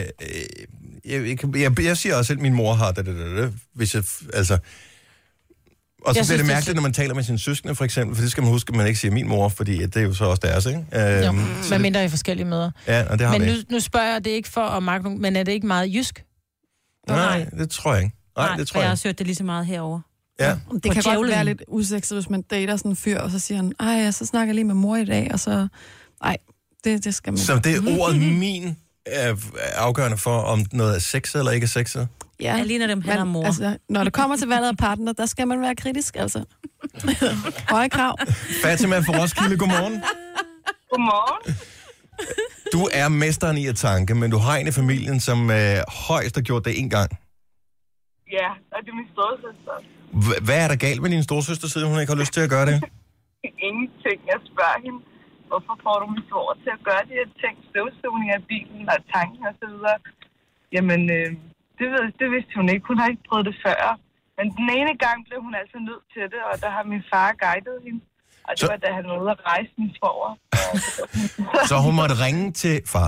jeg siger også selv, at min mor har det, hvis jeg... Altså... Og så bliver det mærkeligt, når man taler med sine søskende, for eksempel, for det skal man huske, at man ikke siger min mor, fordi det er jo så også deres, ikke? Jo, man mindre i forskellige møder. Ja, og det har men nu spørger jeg, det ikke for at markere nogen, men er det ikke meget jysk? Nej, det tror jeg ikke. Nej, det tror jeg har også hørt det lige så meget herover. Ja. Det kan godt være lidt usekset, hvis man dater sådan en fyr, og så siger han, så snakker jeg lige med mor i dag, og så... Nej, det skal man... Så det er ordet min er afgørende for, om noget er sexet eller ikke er sexet? Ja, jeg ligner dem, han er mor. Altså, når det kommer til valget af partner, der skal man være kritisk, altså. Høje krav. Fatima fra Roskilde, godmorgen. Godmorgen. Du er mesteren i at tanke, men du har en i familien, som højst har gjort det en gang. Ja, og det er min storesøster. Hvad er der galt med din storesøster, siden hun ikke har lyst til at gøre det? Ingenting. Jeg spørger hende, hvorfor får du min svoger til at gøre de her ting, støvsugning af bilen og tanken og så videre. Jamen, Det vidste hun ikke. Hun har ikke prøvet det før. Men den ene gang blev hun altså nødt til det, og der har min far guidet hende. Og det var, da han var ude at rejse min svoger. Så hun måtte ringe til far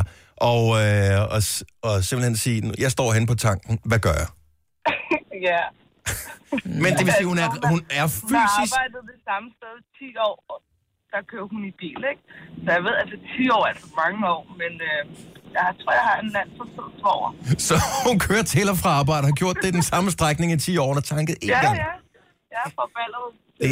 og simpelthen sige, jeg står hen på tanken, hvad gør jeg? Ja. Men det vil sige, hun er fysisk... Hun har arbejdet det samme sted 10 år, der kører hun i bil, ikke? Så jeg ved, altså 10 år er altså mange år, men jeg tror, jeg har en land for sød svoger. Så hun kører til og fra arbejde, har gjort det den samme strækning i 10 år, og tanket én gang? Ja. Jeg er fra Ballerup.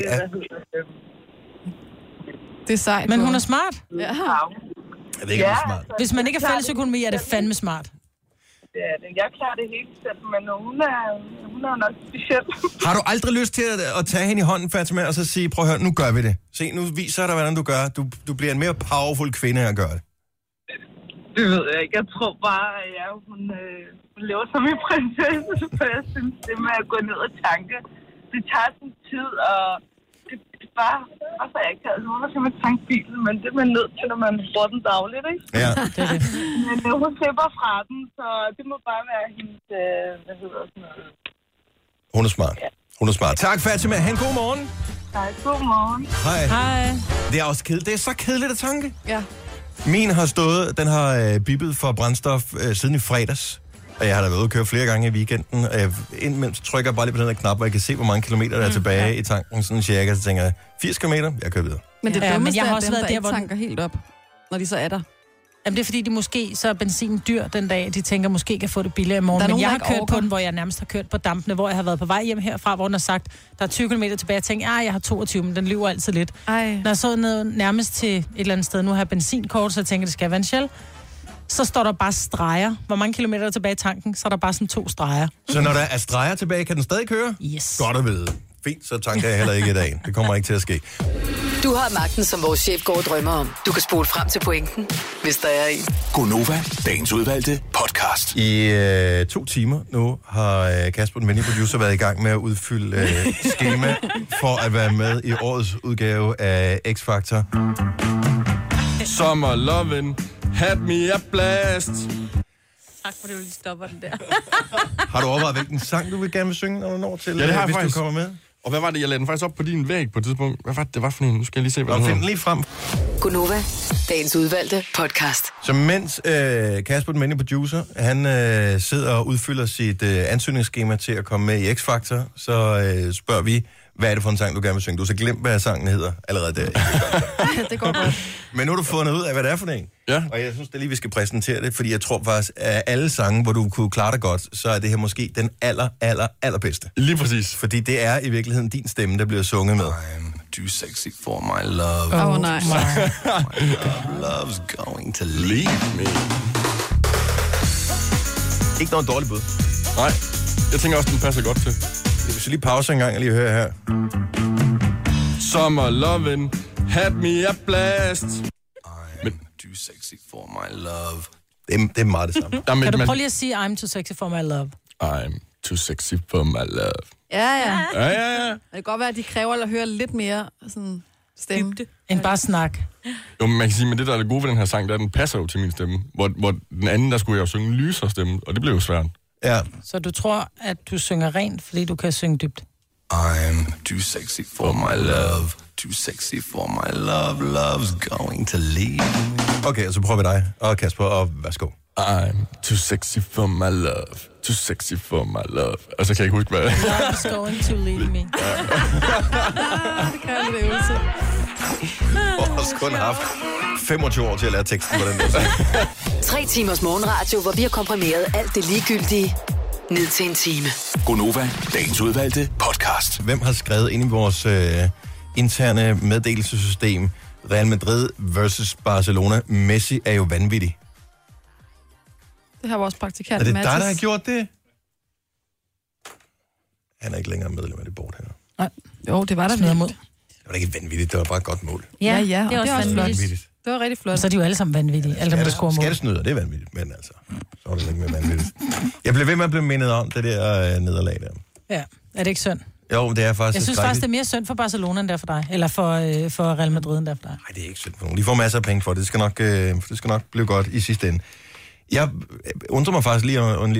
Det er sejt. Men hun er smart. Ja. Jeg ved ikke, om det er smart. Hvis man ikke er fælles økonomi, er det fandme smart. Det er det. Jeg klarer det helt selv, men hun er nok speciel. Har du aldrig lyst til at tage hende i hånden, Fatima, og så sige, prøv at høre, nu gør vi det. Se, nu viser jeg dig, hvordan du gør. Du bliver en mere powerful kvinde af at gøre det. Det ved jeg ikke. Jeg tror bare, at hun lever som en prinsesse, for jeg synes, det med at gå ned og tanke, det tager sin tid, og det er bare, så jeg ikke havde nogen, der kan man tanke bilen, men det er man nødt til, når man bruger den dagligt, ikke? Ja, det er det. Men hun slipper fra den, så det må bare være hendes, hvad hedder sådan noget. Hun er smart. Ja. Hun er smart. Tak, Fatima. Ha' en god morgen. Tak, god morgen. Hej. Hej. Det er også kedeligt. Det er så kedeligt at tanke. Ja. Min har stået, den har bippet for brændstof siden i fredags. Og jeg har da været ude at køre flere gange i weekenden. Indimellem så trykker jeg bare lige på den her knap, hvor jeg kan se, hvor mange kilometer der er tilbage i tanken. Sådan cirka, så tænker jeg, 80 kilometer, jeg kører videre. Men det dummeste jeg har er også dem, været der der, ikke hvor tanker helt op, når de så er der. Jamen, det er fordi, de måske så er benzin dyr den dag. De tænker, måske kan få det billigere i morgen. Men jeg har kørt på den, hvor jeg nærmest har kørt på dampene, hvor jeg har været på vej hjem herfra, hvor den har sagt, der er 20 km tilbage. Jeg tænker, jeg har 22, men den lyver altid lidt. Ej. Når jeg så ned nærmest til et eller andet sted, nu har jeg benzinkort, så jeg tænker, det skal være en Shell. Så står der bare streger. Hvor mange kilometer er tilbage i tanken, så er der bare sådan 2 streger. Så når der er streger tilbage, kan den stadig køre? Yes. Godt at vide. Fint, så tanker jeg heller ikke i dag. Det kommer ikke til at ske. Du har magten, som vores chef går og drømmer om. Du kan spole frem til pointen, hvis der er en. Gonova, dagens udvalgte podcast. I 2 timer nu har Kasper, den venlige producer, været i gang med at udfylde skema for at være med i årets udgave af X-Factor. Summer lovin', had me a blast. Tak for det, du lige stopper den der. Har du overvejet, hvilken sang du vil gerne vil synge, når du når til, Ja, det har jeg hvis faktisk. du kommer med? Og hvad var det? Jeg lagde den faktisk op på din væg på et tidspunkt. Hvad var det var for en? Nu skal jeg lige se, hvad Nå, den find den hedder. lige frem. Gonova, dagens udvalgte podcast. Så mens Kasper, den venlige producer, han sidder og udfylder sit ansøgningsskema til at komme med i X-Factor, så spørger vi, hvad er det for en sang, du gerne vil synge? Du har så glemt, hvad sangen hedder allerede der. Det går godt. Men nu har du fundet ud af, hvad det er for en. Ja. Og jeg synes, det er lige, vi skal præsentere det, fordi jeg tror faktisk, at alle sange, hvor du kunne klare dig godt, så er det her måske den allerbedste. Lige præcis. Fordi det er i virkeligheden din stemme, der bliver sunget med. I'm too sexy for my love. Åh, nej. Love's going to leave me. Ikke noget dårligt bud. Nej, jeg tænker også, den passer godt til. Jeg vil så lige pause en gang og lige høre her. Summer lovin', had me a blast. I'm too sexy for my love. Det er meget det samme. Jamen, Kan du prøve lige at sige, I'm too sexy for my love? I'm too sexy for my love. Ja. Ja. Det kan godt være, at de kræver at høre lidt mere sådan stemme. End bare snak. Jo, men man kan sige, men det, der er det gode ved den her sang, det er, den passer jo til min stemme. Hvor den anden, der skulle jeg jo synge lysere stemme, og det blev jo svært. Ja. Så du tror, at du synger rent, fordi du kan synge dybt? I'm too sexy for my love. Too sexy for my love. Love's going to leave me. Okay, så prøver vi dig og Kasper, og værsgo. I'm too sexy for my love. Too sexy for my love. Og så kan jeg ikke huske, hvad det er. Love's going to leave me. Det kræver lidt øvelse. Og har også kun haft 25 år til at lære teksten på den der sang. 3 timers morgenradio, hvor vi har komprimeret alt det ligegyldige ned til en time. Gonova, dagens udvalgte podcast. Hvem har skrevet ind i vores interne meddelelsessystem Real Madrid versus Barcelona? Messi er jo vanvittig. Det har vores praktikant Er det Mathis. dig, der har gjort det? Han er ikke længere medlem af det bord her. Nej. Jo, det var der Smider mod. Det var da ikke vanvittigt, det var bare et godt mål. Ja, det er også vanvittigt. Vanvittigt. Det var rigtig flot. Så er de jo alle sammen vanvittige. Alle dem, der scorer mål. Skattesnyder, det er vanvittigt, men altså, så er det ikke mere vanvittigt. Jeg blev ved med at blive mindet om det der nederlag der. Ja, er det ikke synd? Jo, det er faktisk Jeg synes faktisk, det er mere synd for Barcelona, end der for dig. Eller for Real Madrid, end der for dig. Nej, det er ikke synd for nogen. De får masser af penge for det. Det skal nok blive godt i sidste ende. Jeg undrer mig faktisk lige over en lille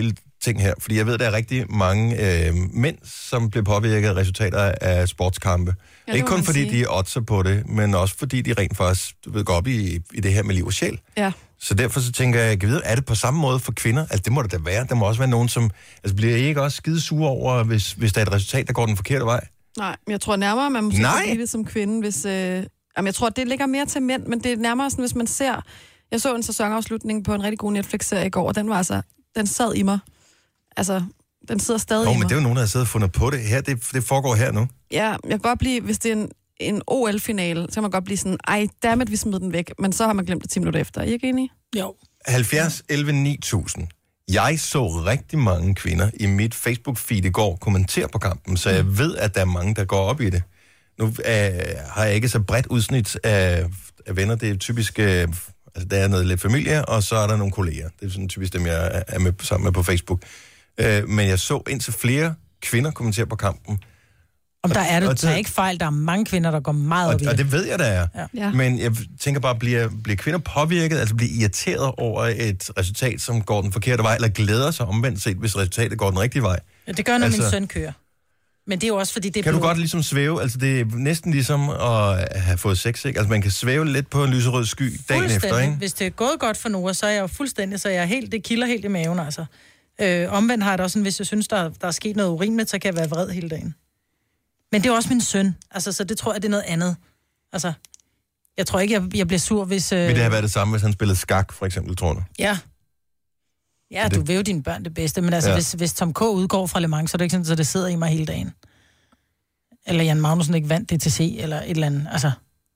ting her, fordi jeg ved, der er rigtig mange mænd, som bliver påvirket af resultater af sportskampe. Ja, ikke kun fordi de er oddser på det, men også fordi de rent faktisk går op i det her med liv og sjæl. Ja. Så derfor så tænker jeg, er det på samme måde for kvinder? Altså det må det da være. Der må også være nogen, som... Altså bliver I ikke også skidesure over, hvis der er et resultat, der går den forkerte vej? Nej, men jeg tror nærmere, man måske kan blive det som kvinde, hvis... jeg tror, det ligger mere til mænd, men det er nærmere sådan, hvis man ser... Jeg så en sæsonafslutning på en rigtig god Netflix-serie i går, og den var altså... Den sad i mig. Altså, den sidder stadig i mig. Men det er jo nogen, der har siddet og fundet på det. Her, det foregår her nu. Ja, jeg kan godt blive... Hvis det er en OL-finale, så kan man godt blive sådan... Ej, dammit, vi smider den væk. Men så har man glemt det 10 minutter efter. Er I ikke enige? Jo. 70, 11, 9000. Jeg så rigtig mange kvinder i mit Facebook-feed i går kommentere på kampen, så jeg ved, at der er mange, der går op i det. Nu har jeg ikke så bredt udsnit af venner. Det er typisk... Altså, der er noget lidt familie, og så er der nogle kolleger. Det er sådan typisk dem, jeg er med sammen med på Facebook. Men jeg så indtil flere kvinder kommentere på kampen. Om der er det, tager ikke fejl. Der er mange kvinder, der går meget op i det. Og det ved jeg, der er. Ja. Men jeg tænker bare, bliver kvinder påvirket, altså bliver irriteret over et resultat, som går den forkerte vej, eller glæder sig omvendt set, hvis resultatet går den rigtige vej? Ja, det gør, når min søn kører. Men det er jo også, fordi det kan du godt ligesom svæve? Altså, det er næsten ligesom at have fået sex, ikke? Altså, man kan svæve lidt på en lyserød sky dagen efter, ikke? Hvis det er gået godt for Nora, så er jeg jo fuldstændig, så jeg er helt, det kilder helt i maven, altså. Omvendt har jeg det også sådan, hvis jeg synes, der er sket noget urimeligt, så kan jeg være vred hele dagen. Men det er også min søn, altså, så det tror jeg, det er noget andet. Altså, jeg tror ikke, jeg bliver sur, hvis... Vil det have været det samme, hvis han spillede skak, for eksempel, tror du? Ja. Ja, du vil jo dine børn det bedste, men altså, hvis Tom K. udgår fra Le Mans, så er det ikke sådan, så det sidder i mig hele dagen. Eller Jan Magnussen ikke vandt DTC, eller et eller andet, altså.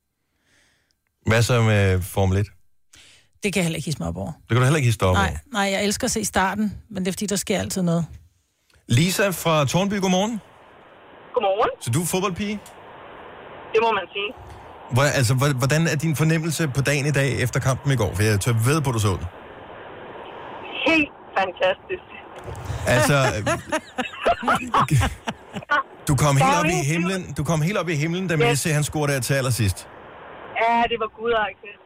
Hvad så med Formel 1? Det kan jeg heller ikke hisse mig op over. Det kan du heller ikke hisse dig op over? Nej, jeg elsker at se starten, men det er fordi, der sker altid noget. Lisa fra Tårnby, godmorgen. Godmorgen. Så du er fodboldpige? Det må man sige. Hvordan er din fornemmelse på dagen i dag efter kampen i går? For jeg tør ved på, du så det. Helt fantastisk. Altså, du kom helt op i himlen, da Messi han scorede der til allersidst. Ja, det var gudagtigt.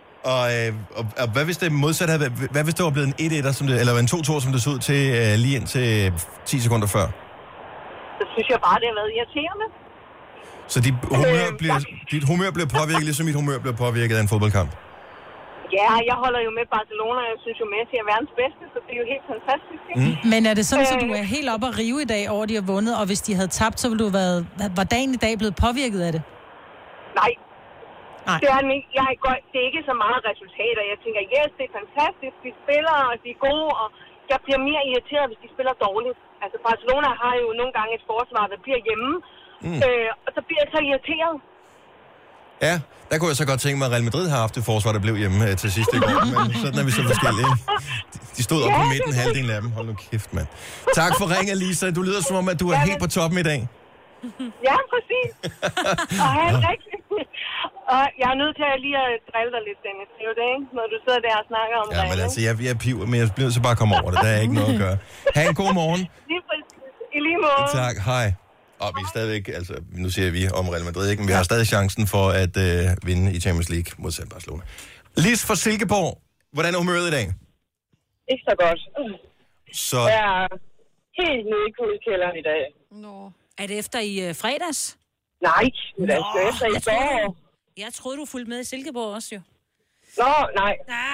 Og hvad hvis det modsat havde været, hvad hvis det var blevet en 1-1'er, eller en 2-2, som det så ud til lige indtil 10 sekunder før? Så synes jeg bare, det har været irriterende. Så dit humør bliver påvirket, ligesom mit humør bliver påvirket af en fodboldkamp? Ja, jeg holder jo med Barcelona, og jeg synes jo, Messi er verdens bedste, så det er jo helt fantastisk. Men er det sådan, så du er helt oppe at rive i dag over, at de har vundet, og hvis de havde tabt, så ville du var dagen i dag blevet påvirket af det? Nej. Det er, det er ikke så meget resultater. Jeg tænker, yes, det er fantastisk, de spiller, og de er gode, og jeg bliver mere irriteret, hvis de spiller dårligt. Altså, Barcelona har jo nogle gange et forsvar, der bliver hjemme, og så bliver jeg så irriteret. Ja, der kunne jeg så godt tænke mig, at Real Madrid har haft et forsvar, der blev hjemme til sidst i går, men sådan er vi så forskellige. De stod op på midten, halvdelen af dem. Hold nu kæft, mand. Tak for ringen, Lisa. Du lyder som om, at du er helt på toppen i dag. Ja, præcis. Og han er rigtig. Og jeg er nødt til at lige at drille dig lidt, Dennis. Det er jo det, ikke? Når du sidder der og snakker om ja, men altså, jeg piver, men jeg bliver så bare komme over det. Der er ikke noget at gøre. Ha' en god morgen. Lige præcis. I lige måde. Tak, hej. Og vi er stadigvæk, altså, nu siger vi om Real Madrid, ikke? Men vi har stadig chancen for at vinde i Champions League mod Barcelona. Lis fra Silkeborg, hvordan er humøret i dag? Ikke så godt. Så... Jeg er helt nede i kuldekælderen i dag. Nå. Er det efter i fredags? Nej, det er efter i går. Jeg troede, du fulgte med i Silkeborg også, jo. Nå, nej.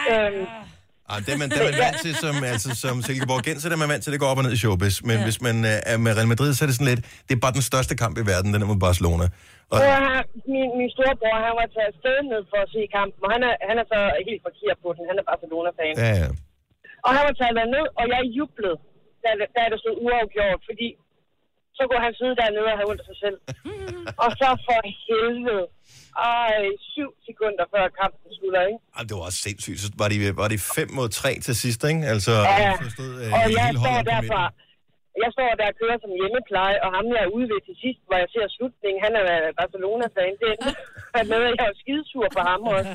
Det er man vant til som Silkeborgenser, der er man vant til, at det går op og ned i showbiz. Men hvis man er med Real Madrid, så er det sådan lidt, det er bare den største kamp i verden, den er mod Barcelona. Og... Min storebror, han var taget afsted ned for at se kampen, og han er så helt forkert på den. Han er Barcelona-fan. Ja. Og han var taget ned, og jeg jublede, da det stod uafgjort, fordi så kunne han sidde dernede og have ondt af sig selv. Og så for helvede. 7 sekunder før kampen slutter, ikke? Det var også sindssygt. Så var de 5-3 til sidst, ikke? Altså, ja, og jeg står der og kører som hjemmepleje, og ham jeg er ude ved til sidst, hvor jeg ser slutningen, han er Barcelona-fan. Det er noget, jeg er skidesur på ham også.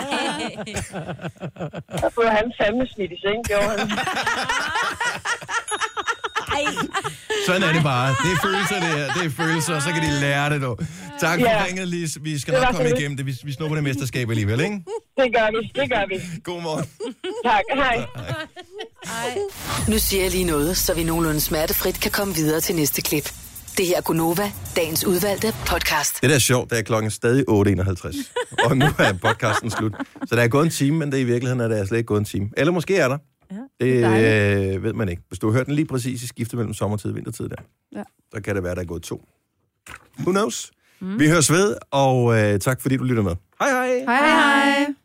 Så får han fandme smidt i seng, gjorde han. Sådan er det bare. Det er følelser, det her. Det er følelser, og så kan de lære det, dog. Tak for ringet, Lis. Vi skal nok komme igennem det. Vi snupper det mesterskab alligevel, ikke? Det gør vi. God morgen. Tak, hej. Nu siger jeg lige noget, så vi nogenlunde smertefrit kan komme videre til næste klip. Det her er Gunova, dagens udvalgte podcast. Det der er sjovt, det er klokken stadig 8.51. Og nu er podcasten slut. Så der er gået en time, men det i virkeligheden er der slet ikke gået en time. Eller måske er der. Ja, det ved man ikke. Hvis du har hørt den lige præcis i skiftet mellem sommertid og vintertid der, så kan det være, der er gået 2. Who knows? Vi høres ved, og tak fordi du lytter med. Hej hej! Hej hej!